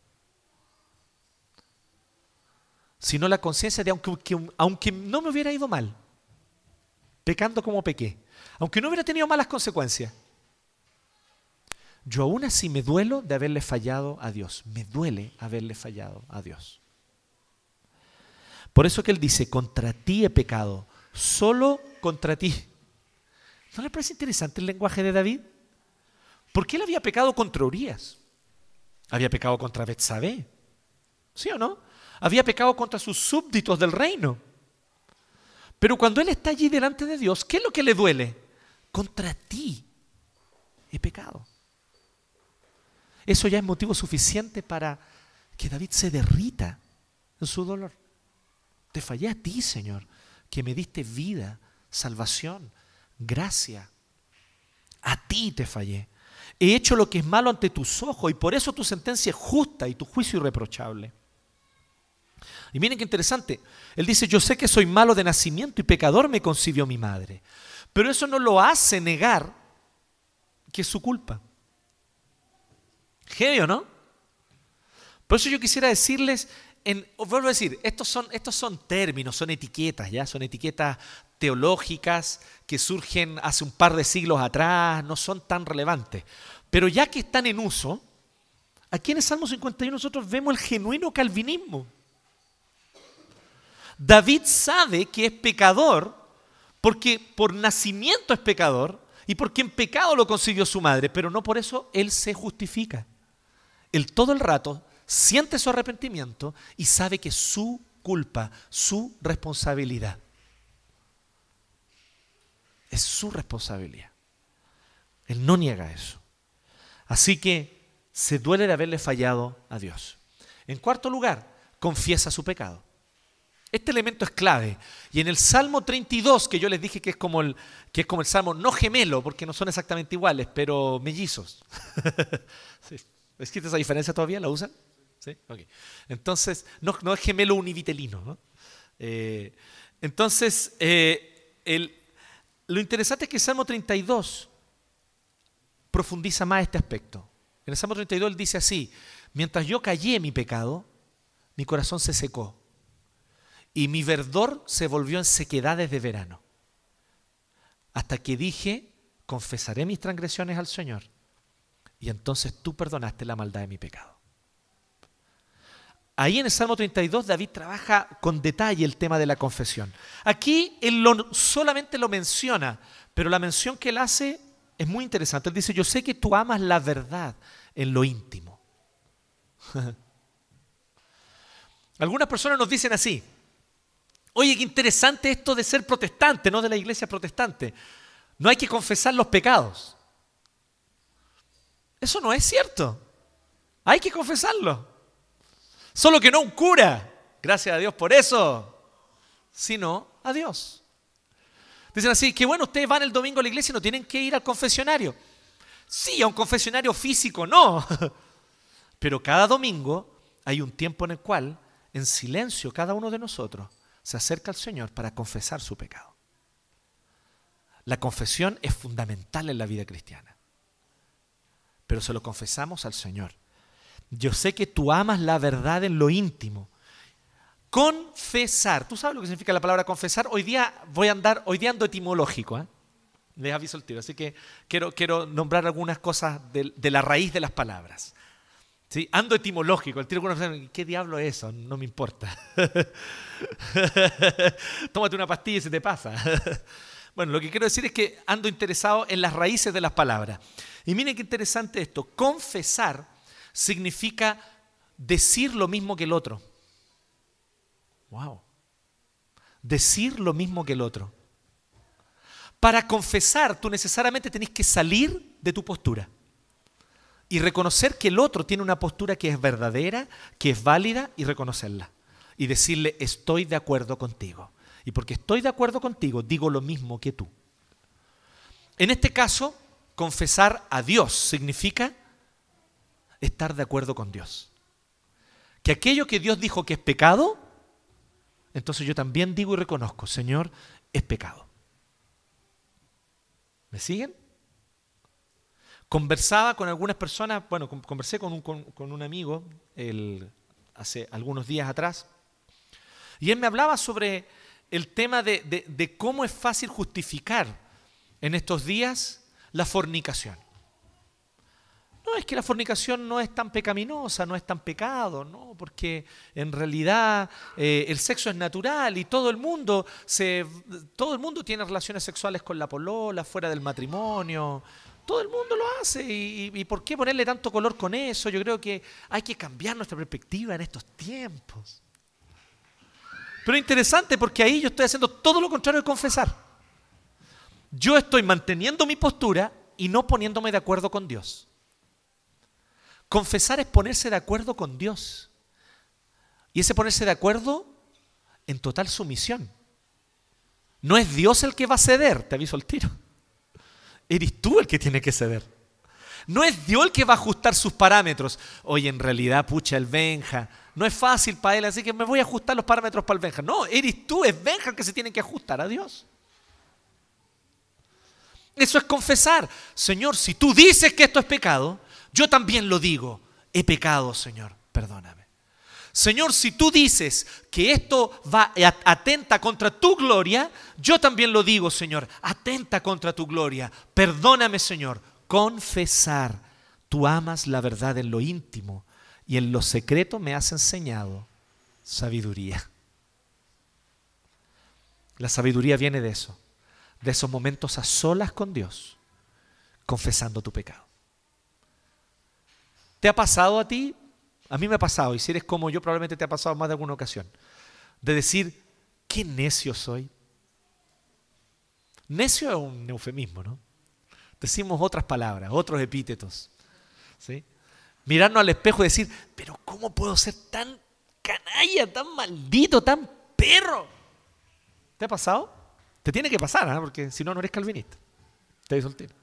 Sino la conciencia de aunque, que, aunque no me hubiera ido mal, pecando como pequé, aunque no hubiera tenido malas consecuencias, yo aún así me duelo de haberle fallado a Dios. Me duele haberle fallado a Dios. Por eso que él dice, contra ti he pecado, solo contra ti. ¿No le parece interesante el lenguaje de David? Porque él había pecado contra Urías. Había pecado contra Betsabé. ¿Sí o no? Había pecado contra sus súbditos del reino. Pero cuando él está allí delante de Dios, ¿qué es lo que le duele? Contra ti he pecado. Eso ya es motivo suficiente para que David se derrita en su dolor. Te fallé a ti, Señor, que me diste vida, salvación, gracia. A ti te fallé. He hecho lo que es malo ante tus ojos y por eso tu sentencia es justa y tu juicio irreprochable. Y miren qué interesante. Él dice, yo sé que soy malo de nacimiento y pecador me concibió mi madre. Pero eso no lo hace negar que es su culpa. Heavy, ¿o no? Por eso yo quisiera decirles, en, os vuelvo a decir, estos son, estos son términos, son etiquetas, ¿ya? Son etiquetas teológicas que surgen hace un par de siglos atrás, no son tan relevantes. Pero ya que están en uso, aquí en el Salmo cincuenta y uno nosotros vemos el genuino calvinismo. David sabe que es pecador porque por nacimiento es pecador y porque en pecado lo concibió su madre, pero no por eso él se justifica. Él todo el rato siente su arrepentimiento y sabe que es su culpa, su responsabilidad. Es su responsabilidad. Él no niega eso. Así que se duele de haberle fallado a Dios. En cuarto lugar, confiesa su pecado. Este elemento es clave. Y en el Salmo treinta y dos, que yo les dije que es como el, que es como el Salmo no gemelo, porque no son exactamente iguales, pero mellizos. Sí. ¿Existe esa diferencia todavía? ¿La usan? ¿Sí? Okay. Entonces, no, no es gemelo univitelino, ¿no? Eh, entonces, eh, el, lo interesante es que el Salmo treinta y dos profundiza más este aspecto. En el Salmo treinta y dos él dice así, mientras yo callé mi pecado, mi corazón se secó y mi verdor se volvió en sequedades de verano. Hasta que dije, confesaré mis transgresiones al Señor y entonces tú perdonaste la maldad de mi pecado. Ahí en el Salmo treinta y dos David trabaja con detalle el tema de la confesión. Aquí él lo, solamente lo menciona, pero la mención que él hace es muy interesante. Él dice, yo sé que tú amas la verdad en lo íntimo. Algunas personas nos dicen así, oye, qué interesante esto de ser protestante, no de la iglesia protestante. No hay que confesar los pecados. Eso no es cierto. Hay que confesarlo. Solo que no un cura, gracias a Dios por eso, sino a Dios. Dicen así, que bueno, ustedes van el domingo a la iglesia y no tienen que ir al confesionario. Sí, a un confesionario físico no. Pero cada domingo hay un tiempo en el cual, en silencio, cada uno de nosotros se acerca al Señor para confesar su pecado. La confesión es fundamental en la vida cristiana. Pero se lo confesamos al Señor. Yo sé que tú amas la verdad en lo íntimo. Confesar. ¿Tú sabes lo que significa la palabra confesar? Hoy día voy a andar, hoy día ando etimológico, ¿eh? Les aviso el tiro. Así que quiero, quiero nombrar algunas cosas de, de la raíz de las palabras. ¿Sí? Ando etimológico. El tiro con una, ¿qué diablo es eso? No me importa. Tómate una pastilla y se te pasa. Bueno, lo que quiero decir es que ando interesado en las raíces de las palabras. Y miren qué interesante esto. Confesar significa decir lo mismo que el otro. Wow. Decir lo mismo que el otro. Para confesar, tú necesariamente tenés que salir de tu postura y reconocer que el otro tiene una postura que es verdadera, que es válida, y reconocerla. Y decirle, estoy de acuerdo contigo. Y porque estoy de acuerdo contigo, digo lo mismo que tú. En este caso, confesar a Dios significa estar de acuerdo con Dios. Que aquello que Dios dijo que es pecado, entonces yo también digo y reconozco, Señor, es pecado. ¿Me siguen? Conversaba con algunas personas, bueno, conversé con un, con, con un amigo el, hace algunos días atrás, y él me hablaba sobre el tema de, de, de cómo es fácil justificar en estos días la fornicación. es que la fornicación no es tan pecaminosa, no es tan pecado, no, porque en realidad eh, el sexo es natural y todo el mundo se, todo el mundo tiene relaciones sexuales con la polola, fuera del matrimonio. Todo el mundo lo hace y, y, y ¿por qué ponerle tanto color con eso? Yo creo que hay que cambiar nuestra perspectiva en estos tiempos. Pero es interesante porque ahí yo estoy haciendo todo lo contrario de confesar. Yo estoy manteniendo mi postura y no poniéndome de acuerdo con Dios. Confesar es ponerse de acuerdo con Dios. Y ese ponerse de acuerdo en total sumisión. No es Dios el que va a ceder, te aviso al tiro. Eres tú el que tiene que ceder. No es Dios el que va a ajustar sus parámetros. Oye, en realidad, pucha, el Benja, no es fácil para él, así que me voy a ajustar los parámetros para el Benja. No, eres tú, es Benja el que se tiene que ajustar a Dios. Eso es confesar. Señor, si tú dices que esto es pecado, yo también lo digo. He pecado, Señor, perdóname. Señor, si tú dices que esto va atenta contra tu gloria, yo también lo digo, Señor, atenta contra tu gloria. Perdóname, Señor. Confesar. Tú amas la verdad en lo íntimo y en lo secreto me has enseñado sabiduría. La sabiduría viene de eso, de esos momentos a solas con Dios, confesando tu pecado. ¿Te ha pasado a ti? A mí me ha pasado, y si eres como yo, probablemente te ha pasado más de alguna ocasión, de decir, qué necio soy. Necio es un eufemismo, ¿no? Decimos otras palabras, otros epítetos, ¿sí? Mirarnos al espejo y decir, pero ¿cómo puedo ser tan canalla, tan maldito, tan perro? ¿Te ha pasado? Te tiene que pasar, ¿eh? Porque si no, no eres calvinista. Te aviso al tiro.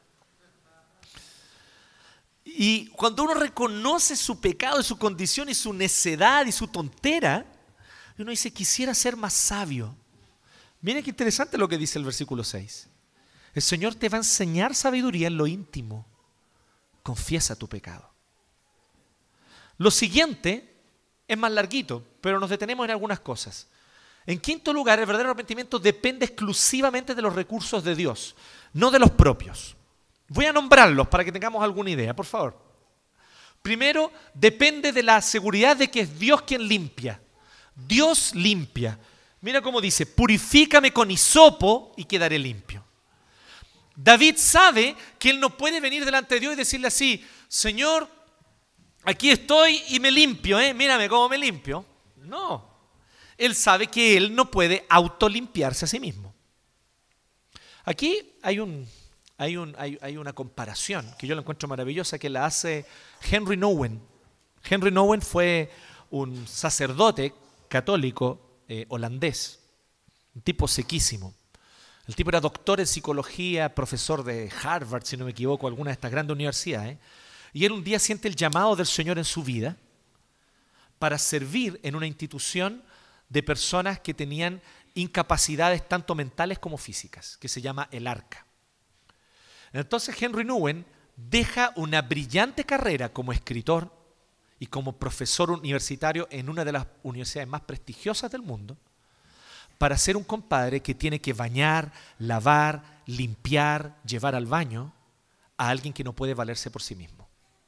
Y cuando uno reconoce su pecado y su condición y su necedad y su tontera, uno dice, quisiera ser más sabio. Miren qué interesante lo que dice el versículo seis. El Señor te va a enseñar sabiduría en lo íntimo. Confiesa tu pecado. Lo siguiente es más larguito, pero nos detenemos en algunas cosas. En quinto lugar, el verdadero arrepentimiento depende exclusivamente de los recursos de Dios, no de los propios. Voy a nombrarlos para que tengamos alguna idea, por favor. Primero, depende de la seguridad de que es Dios quien limpia. Dios limpia. Mira cómo dice, purifícame con hisopo y quedaré limpio. David sabe que él no puede venir delante de Dios y decirle así, Señor, aquí estoy y me limpio, ¿eh? Mírame cómo me limpio. No. Él sabe que él no puede autolimpiarse a sí mismo. Aquí hay, un, hay, un, hay, hay una comparación que yo la encuentro maravillosa que la hace Henry Nouwen. Henry Nouwen fue un sacerdote católico eh, holandés, un tipo sequísimo. El tipo era doctor en psicología, profesor de Harvard, si no me equivoco, alguna de estas grandes universidades. Y él un día siente el llamado del Señor en su vida para servir en una institución de personas que tenían incapacidades tanto mentales como físicas, que se llama el Arca. Entonces Henry Nouwen deja una brillante carrera como escritor y como profesor universitario en una de las universidades más prestigiosas del mundo para ser un compadre que tiene que bañar, lavar, limpiar, llevar al baño a alguien que no puede valerse por sí mismo.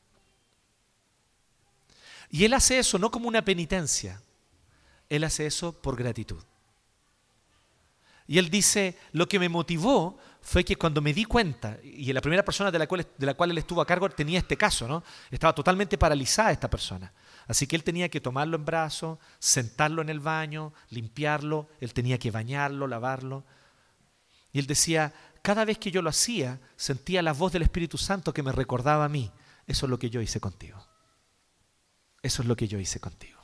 Y él hace eso no como una penitencia, él hace eso por gratitud. Y él dice, lo que me motivó fue que cuando me di cuenta, y la primera persona de la cual, de la cual él estuvo a cargo tenía este caso, ¿no? Estaba totalmente paralizada esta persona. Así que él tenía que tomarlo en brazos, sentarlo en el baño, limpiarlo, él tenía que bañarlo, lavarlo. Y él decía, cada vez que yo lo hacía, sentía la voz del Espíritu Santo que me recordaba a mí, eso es lo que yo hice contigo. Eso es lo que yo hice contigo.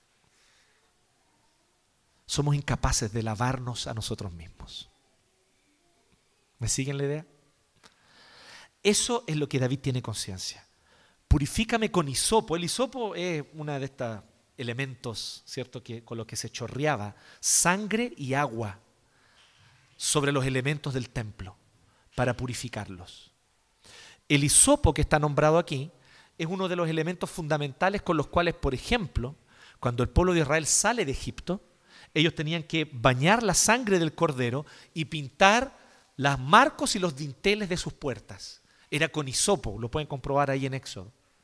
Somos incapaces de lavarnos a nosotros mismos. ¿Me siguen la idea? Eso es lo que David tiene conciencia. Purifícame con hisopo. El hisopo es uno de estos elementos, ¿cierto?, que, con los que se chorreaba sangre y agua sobre los elementos del templo para purificarlos. El hisopo que está nombrado aquí es uno de los elementos fundamentales con los cuales, por ejemplo, cuando el pueblo de Israel sale de Egipto, ellos tenían que bañar la sangre del cordero y pintar los marcos y los dinteles de sus puertas. Era con hisopo, lo pueden comprobar ahí en Éxodo.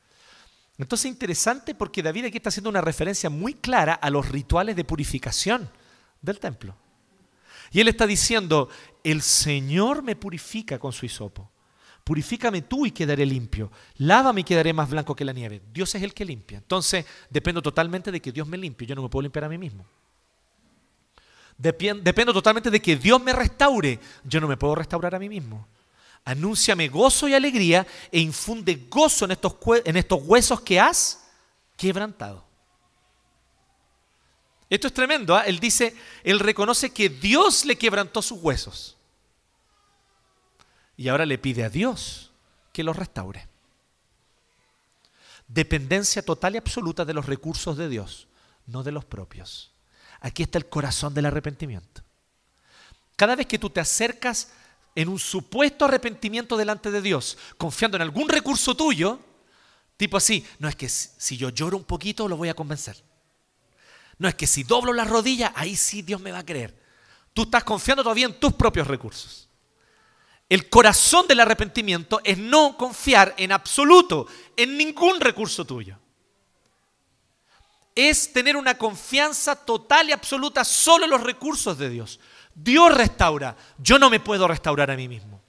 Entonces es interesante porque David aquí está haciendo una referencia muy clara a los rituales de purificación del templo. Y él está diciendo, el Señor me purifica con su hisopo. Purifícame tú y quedaré limpio. Lávame y quedaré más blanco que la nieve. Dios es el que limpia. Entonces dependo totalmente de que Dios me limpie. Yo no me puedo limpiar a mí mismo. Dependo totalmente de que Dios me restaure. Yo no me puedo restaurar a mí mismo. Anúnciame gozo y alegría e infunde gozo en estos, en estos huesos que has quebrantado. Esto es tremendo, ¿eh? Él dice, él reconoce que Dios le quebrantó sus huesos. Y ahora le pide a Dios que los restaure. Dependencia total y absoluta de los recursos de Dios, no de los propios. Aquí está el corazón del arrepentimiento. Cada vez que tú te acercas en un supuesto arrepentimiento delante de Dios, confiando en algún recurso tuyo, tipo así, no es que si yo lloro un poquito lo voy a convencer. No es que si doblo las rodillas, ahí sí Dios me va a creer. Tú estás confiando todavía en tus propios recursos. El corazón del arrepentimiento es no confiar en absoluto en ningún recurso tuyo. Es tener una confianza total y absoluta solo en los recursos de Dios. Dios restaura, yo no me puedo restaurar a mí mismo.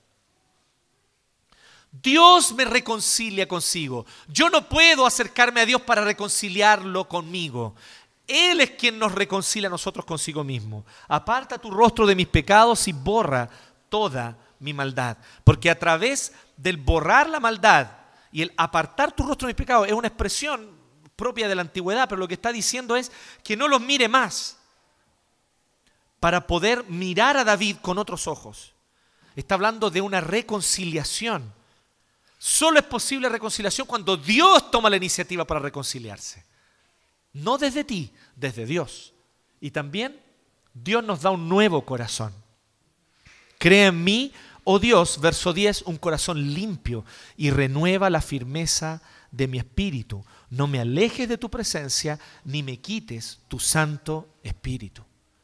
Dios me reconcilia consigo. Yo no puedo acercarme a Dios para reconciliarlo conmigo. Él es quien nos reconcilia a nosotros consigo mismo. Aparta tu rostro de mis pecados y borra toda mi maldad. Porque a través del borrar la maldad y el apartar tu rostro de mis pecados es una expresión propia de la antigüedad, pero lo que está diciendo es que no los mire más para poder mirar a David con otros ojos. Está hablando de una reconciliación. Solo es posible reconciliación cuando Dios toma la iniciativa para reconciliarse. No desde ti, desde Dios. Y también Dios nos da un nuevo corazón. Crea en mí, oh Dios, verso diez, un corazón limpio y renueva la firmeza de mi espíritu. No me alejes de tu presencia, ni me quites tu santo espíritu.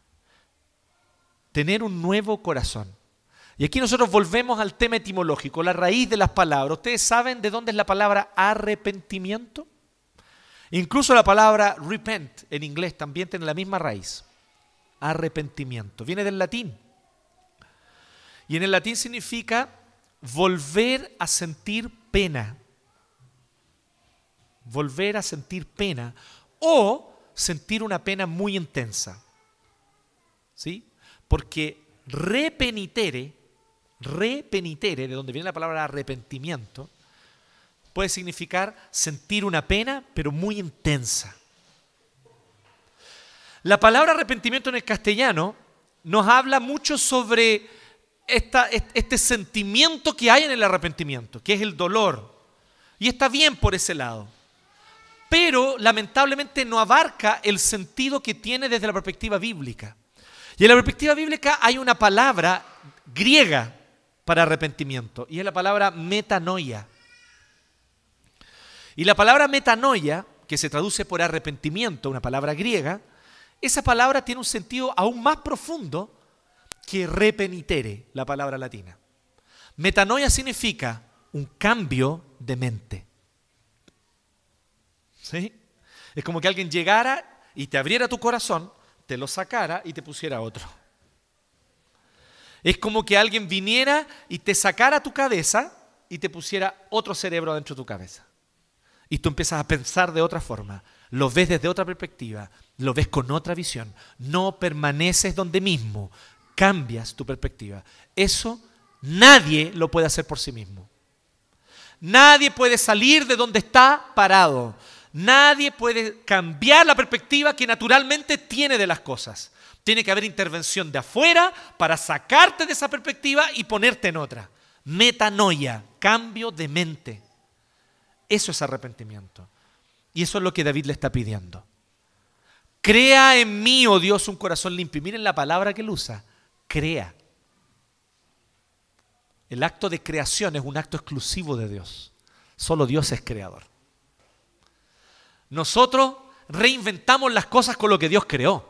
Tener un nuevo corazón. Y aquí nosotros volvemos al tema etimológico, la raíz de las palabras. ¿Ustedes saben de dónde es la palabra arrepentimiento? Incluso la palabra repent en inglés también tiene la misma raíz. Arrepentimiento. Viene del latín. Y en el latín significa volver a sentir pena. Volver a sentir pena o sentir una pena muy intensa. ¿Sí? Porque repenitere, repenitere, de donde viene la palabra arrepentimiento, puede significar sentir una pena, pero muy intensa. La palabra arrepentimiento en el castellano nos habla mucho sobre esta, este sentimiento que hay en el arrepentimiento, que es el dolor. Y está bien por ese lado. Pero lamentablemente no abarca el sentido que tiene desde la perspectiva bíblica. Y en la perspectiva bíblica hay una palabra griega para arrepentimiento, y es la palabra metanoia. Y la palabra metanoia, que se traduce por arrepentimiento, una palabra griega, esa palabra tiene un sentido aún más profundo que repenitere, la palabra latina. Metanoia significa un cambio de mente. ¿Sí? Es como que alguien llegara y te abriera tu corazón, te lo sacara y te pusiera otro. Es como que alguien viniera y te sacara tu cabeza y te pusiera otro cerebro dentro de tu cabeza. Y tú empiezas a pensar de otra forma, lo ves desde otra perspectiva, lo ves con otra visión. No permaneces donde mismo, cambias tu perspectiva. Eso nadie lo puede hacer por sí mismo. Nadie puede salir de donde está parado. Nadie puede cambiar la perspectiva que naturalmente tiene de las cosas. Tiene que haber intervención de afuera para sacarte de esa perspectiva y ponerte en otra. Metanoia, cambio de mente. Eso es arrepentimiento. Y eso es lo que David le está pidiendo. Crea en mí, oh Dios, un corazón limpio. Y miren la palabra que él usa. Crea. El acto de creación es un acto exclusivo de Dios. Solo Dios es creador. Nosotros reinventamos las cosas con lo que Dios creó.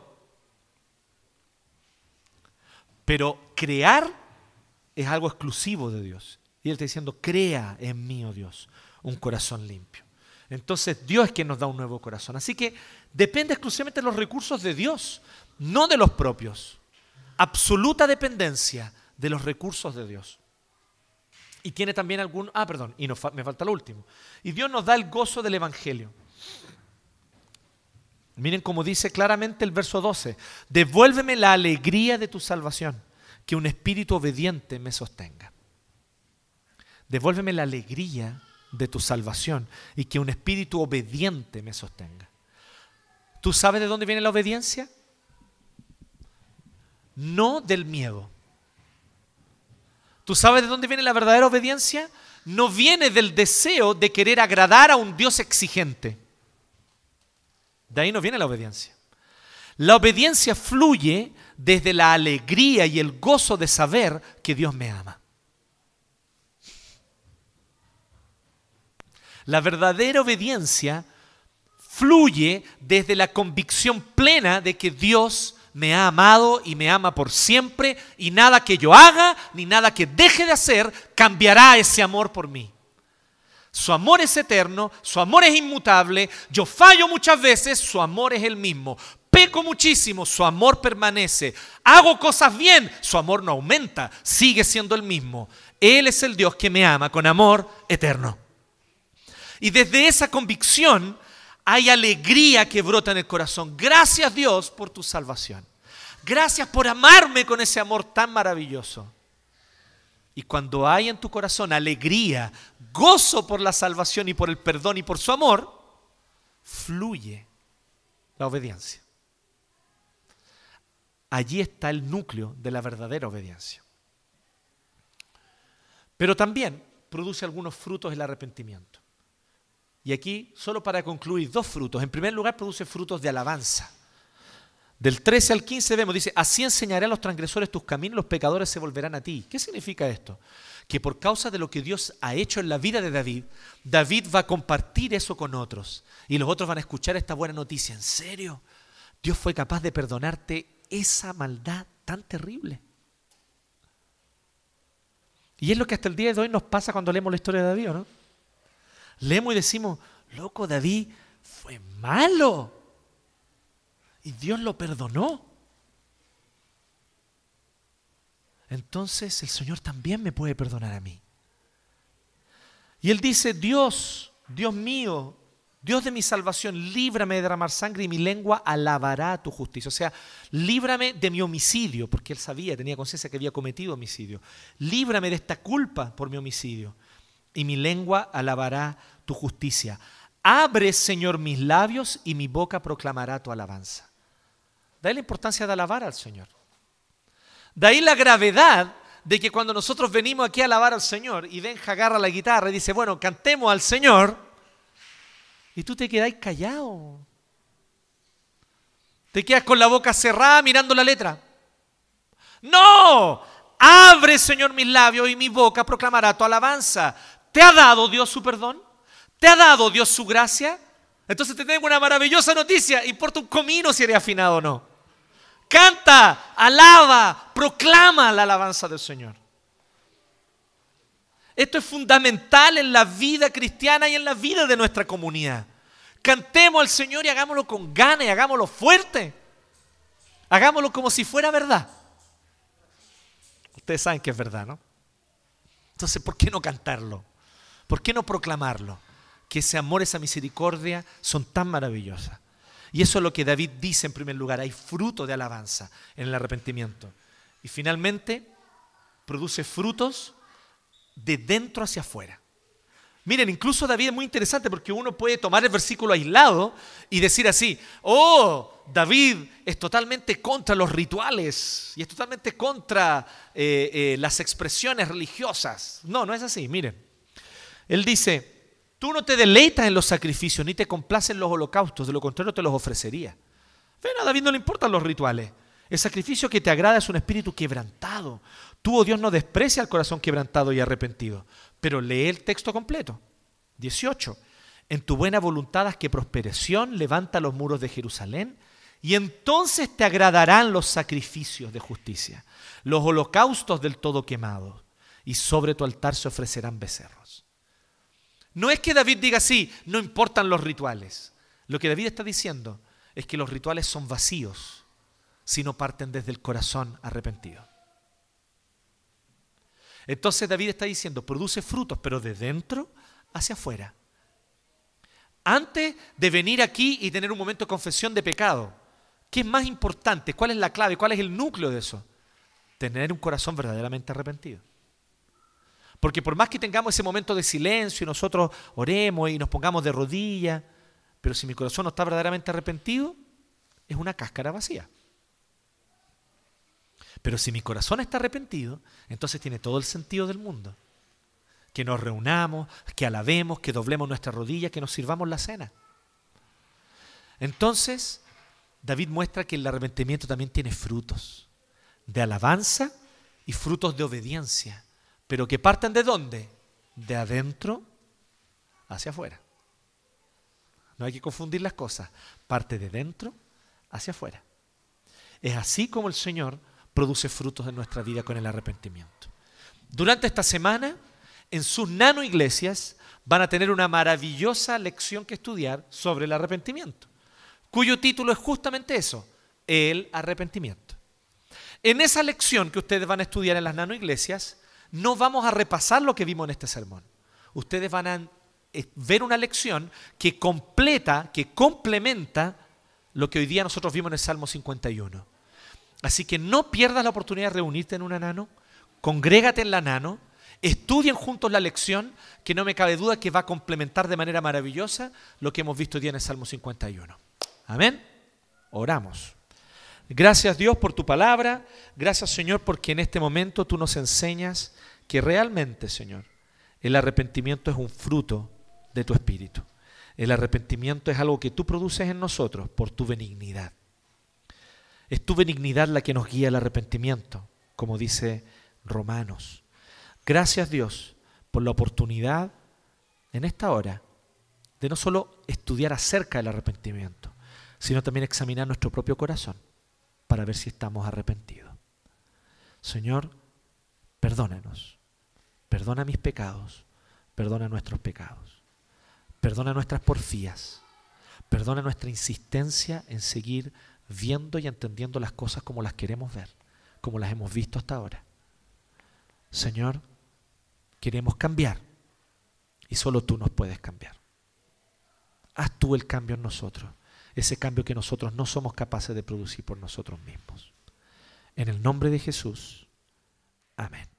Pero crear es algo exclusivo de Dios. Y Él está diciendo, crea en mí, oh Dios, un corazón limpio. Entonces Dios es quien nos da un nuevo corazón. Así que depende exclusivamente de los recursos de Dios, no de los propios. Absoluta dependencia de los recursos de Dios. Y tiene también algún... Ah, perdón, y nos fa- me falta lo último. Y Dios nos da el gozo del Evangelio. Miren cómo dice claramente el verso doce. Devuélveme la alegría de tu salvación, que un espíritu obediente me sostenga. Devuélveme la alegría de tu salvación y que un espíritu obediente me sostenga. ¿Tú sabes de dónde viene la obediencia? No del miedo. ¿Tú sabes de dónde viene la verdadera obediencia? No viene del deseo de querer agradar a un Dios exigente. De ahí no viene la obediencia. La obediencia fluye desde la alegría y el gozo de saber que Dios me ama. La verdadera obediencia fluye desde la convicción plena de que Dios me ha amado y me ama por siempre y nada que yo haga ni nada que deje de hacer cambiará ese amor por mí. Su amor es eterno, su amor es inmutable, yo fallo muchas veces, su amor es el mismo. Peco muchísimo, su amor permanece. Hago cosas bien, su amor no aumenta, sigue siendo el mismo. Él es el Dios que me ama con amor eterno. Y desde esa convicción hay alegría que brota en el corazón. Gracias Dios por tu salvación. Gracias por amarme con ese amor tan maravilloso. Y cuando hay en tu corazón alegría, gozo por la salvación y por el perdón y por su amor, fluye la obediencia. Allí está el núcleo de la verdadera obediencia. Pero también produce algunos frutos el arrepentimiento. Y aquí, solo para concluir, dos frutos. En primer lugar, produce frutos de alabanza. Del trece al quince vemos, dice, así enseñaré a los transgresores tus caminos, los pecadores se volverán a ti. ¿Qué significa esto? Que por causa de lo que Dios ha hecho en la vida de David, David va a compartir eso con otros. Y los otros van a escuchar esta buena noticia. ¿En serio? Dios fue capaz de perdonarte esa maldad tan terrible. Y es lo que hasta el día de hoy nos pasa cuando leemos la historia de David, ¿no? Leemos y decimos, loco, David fue malo. Y Dios lo perdonó. Entonces el Señor también me puede perdonar a mí. Y Él dice, Dios, Dios mío, Dios de mi salvación, líbrame de derramar sangre y mi lengua alabará tu justicia. O sea, líbrame de mi homicidio, porque Él sabía, tenía conciencia que había cometido homicidio. Líbrame de esta culpa por mi homicidio y mi lengua alabará tu justicia. Abre, Señor, mis labios y mi boca proclamará tu alabanza. De ahí la importancia de alabar al Señor. De ahí la gravedad de que cuando nosotros venimos aquí a alabar al Señor y Benja agarra la guitarra y dice, bueno, cantemos al Señor, y tú te quedas callado. Te quedas con la boca cerrada mirando la letra. ¡No! Abre, Señor, mis labios y mi boca proclamará tu alabanza. ¿Te ha dado Dios su perdón? ¿Te ha dado Dios su gracia? Entonces te tengo una maravillosa noticia. Importa un comino si eres afinado o no. Canta, alaba, proclama la alabanza del Señor. Esto es fundamental en la vida cristiana y en la vida de nuestra comunidad. Cantemos al Señor y hagámoslo con ganas y hagámoslo fuerte. Hagámoslo como si fuera verdad. Ustedes saben que es verdad, ¿no? Entonces, ¿por qué no cantarlo? ¿Por qué no proclamarlo? Que ese amor, esa misericordia son tan maravillosas. Y eso es lo que David dice en primer lugar. Hay fruto de alabanza en el arrepentimiento. Y finalmente, produce frutos de dentro hacia afuera. Miren, incluso David es muy interesante porque uno puede tomar el versículo aislado y decir así, oh, David es totalmente contra los rituales y es totalmente contra eh, eh, las expresiones religiosas. No, no es así, miren. Él dice, tú no te deleitas en los sacrificios ni te complaces en los holocaustos, de lo contrario te los ofrecería. Ven, a David no le importan los rituales. El sacrificio que te agrada es un espíritu quebrantado. Tú, oh Dios, no desprecia al corazón quebrantado y arrepentido. Pero lee el texto completo. dieciocho. En tu buena voluntad haz que prosperación levanta los muros de Jerusalén y entonces te agradarán los sacrificios de justicia, los holocaustos del todo quemados y sobre tu altar se ofrecerán becerros. No es que David diga así, no importan los rituales. Lo que David está diciendo es que los rituales son vacíos si no parten desde el corazón arrepentido. Entonces David está diciendo, produce frutos, pero de dentro hacia afuera. Antes de venir aquí y tener un momento de confesión de pecado, ¿qué es más importante? ¿Cuál es la clave? ¿Cuál es el núcleo de eso? Tener un corazón verdaderamente arrepentido. Porque por más que tengamos ese momento de silencio y nosotros oremos y nos pongamos de rodillas, pero si mi corazón no está verdaderamente arrepentido, es una cáscara vacía. Pero si mi corazón está arrepentido, entonces tiene todo el sentido del mundo. Que nos reunamos, que alabemos, que doblemos nuestras rodillas, que nos sirvamos la cena. Entonces, David muestra que el arrepentimiento también tiene frutos de alabanza y frutos de obediencia. Pero que parten ¿de dónde? De adentro hacia afuera. No hay que confundir las cosas. Parte de dentro hacia afuera. Es así como el Señor produce frutos en nuestra vida con el arrepentimiento. Durante esta semana, en sus nano iglesias, van a tener una maravillosa lección que estudiar sobre el arrepentimiento, cuyo título es justamente eso, el arrepentimiento. En esa lección que ustedes van a estudiar en las nano iglesias, no vamos a repasar lo que vimos en este sermón. Ustedes van a ver una lección que completa, que complementa lo que hoy día nosotros vimos en el Salmo cincuenta y uno. Así que no pierdas la oportunidad de reunirte en una nano, congrégate en la nano, estudien juntos la lección, que no me cabe duda que va a complementar de manera maravillosa lo que hemos visto hoy día en el Salmo cincuenta y uno. Amén. Oramos. Gracias Dios por tu palabra, gracias Señor porque en este momento tú nos enseñas que realmente, Señor, el arrepentimiento es un fruto de tu Espíritu. El arrepentimiento es algo que tú produces en nosotros por tu benignidad. Es tu benignidad la que nos guía al arrepentimiento, como dice Romanos. Gracias Dios por la oportunidad en esta hora de no solo estudiar acerca del arrepentimiento, sino también examinar nuestro propio corazón para ver si estamos arrepentidos. Señor, perdónanos, perdona mis pecados, perdona nuestros pecados, perdona nuestras porfías, perdona nuestra insistencia en seguir viendo y entendiendo las cosas como las queremos ver, como las hemos visto hasta ahora. Señor, queremos cambiar y solo tú nos puedes cambiar. Haz tú el cambio en nosotros, ese cambio que nosotros no somos capaces de producir por nosotros mismos. En el nombre de Jesús, amén.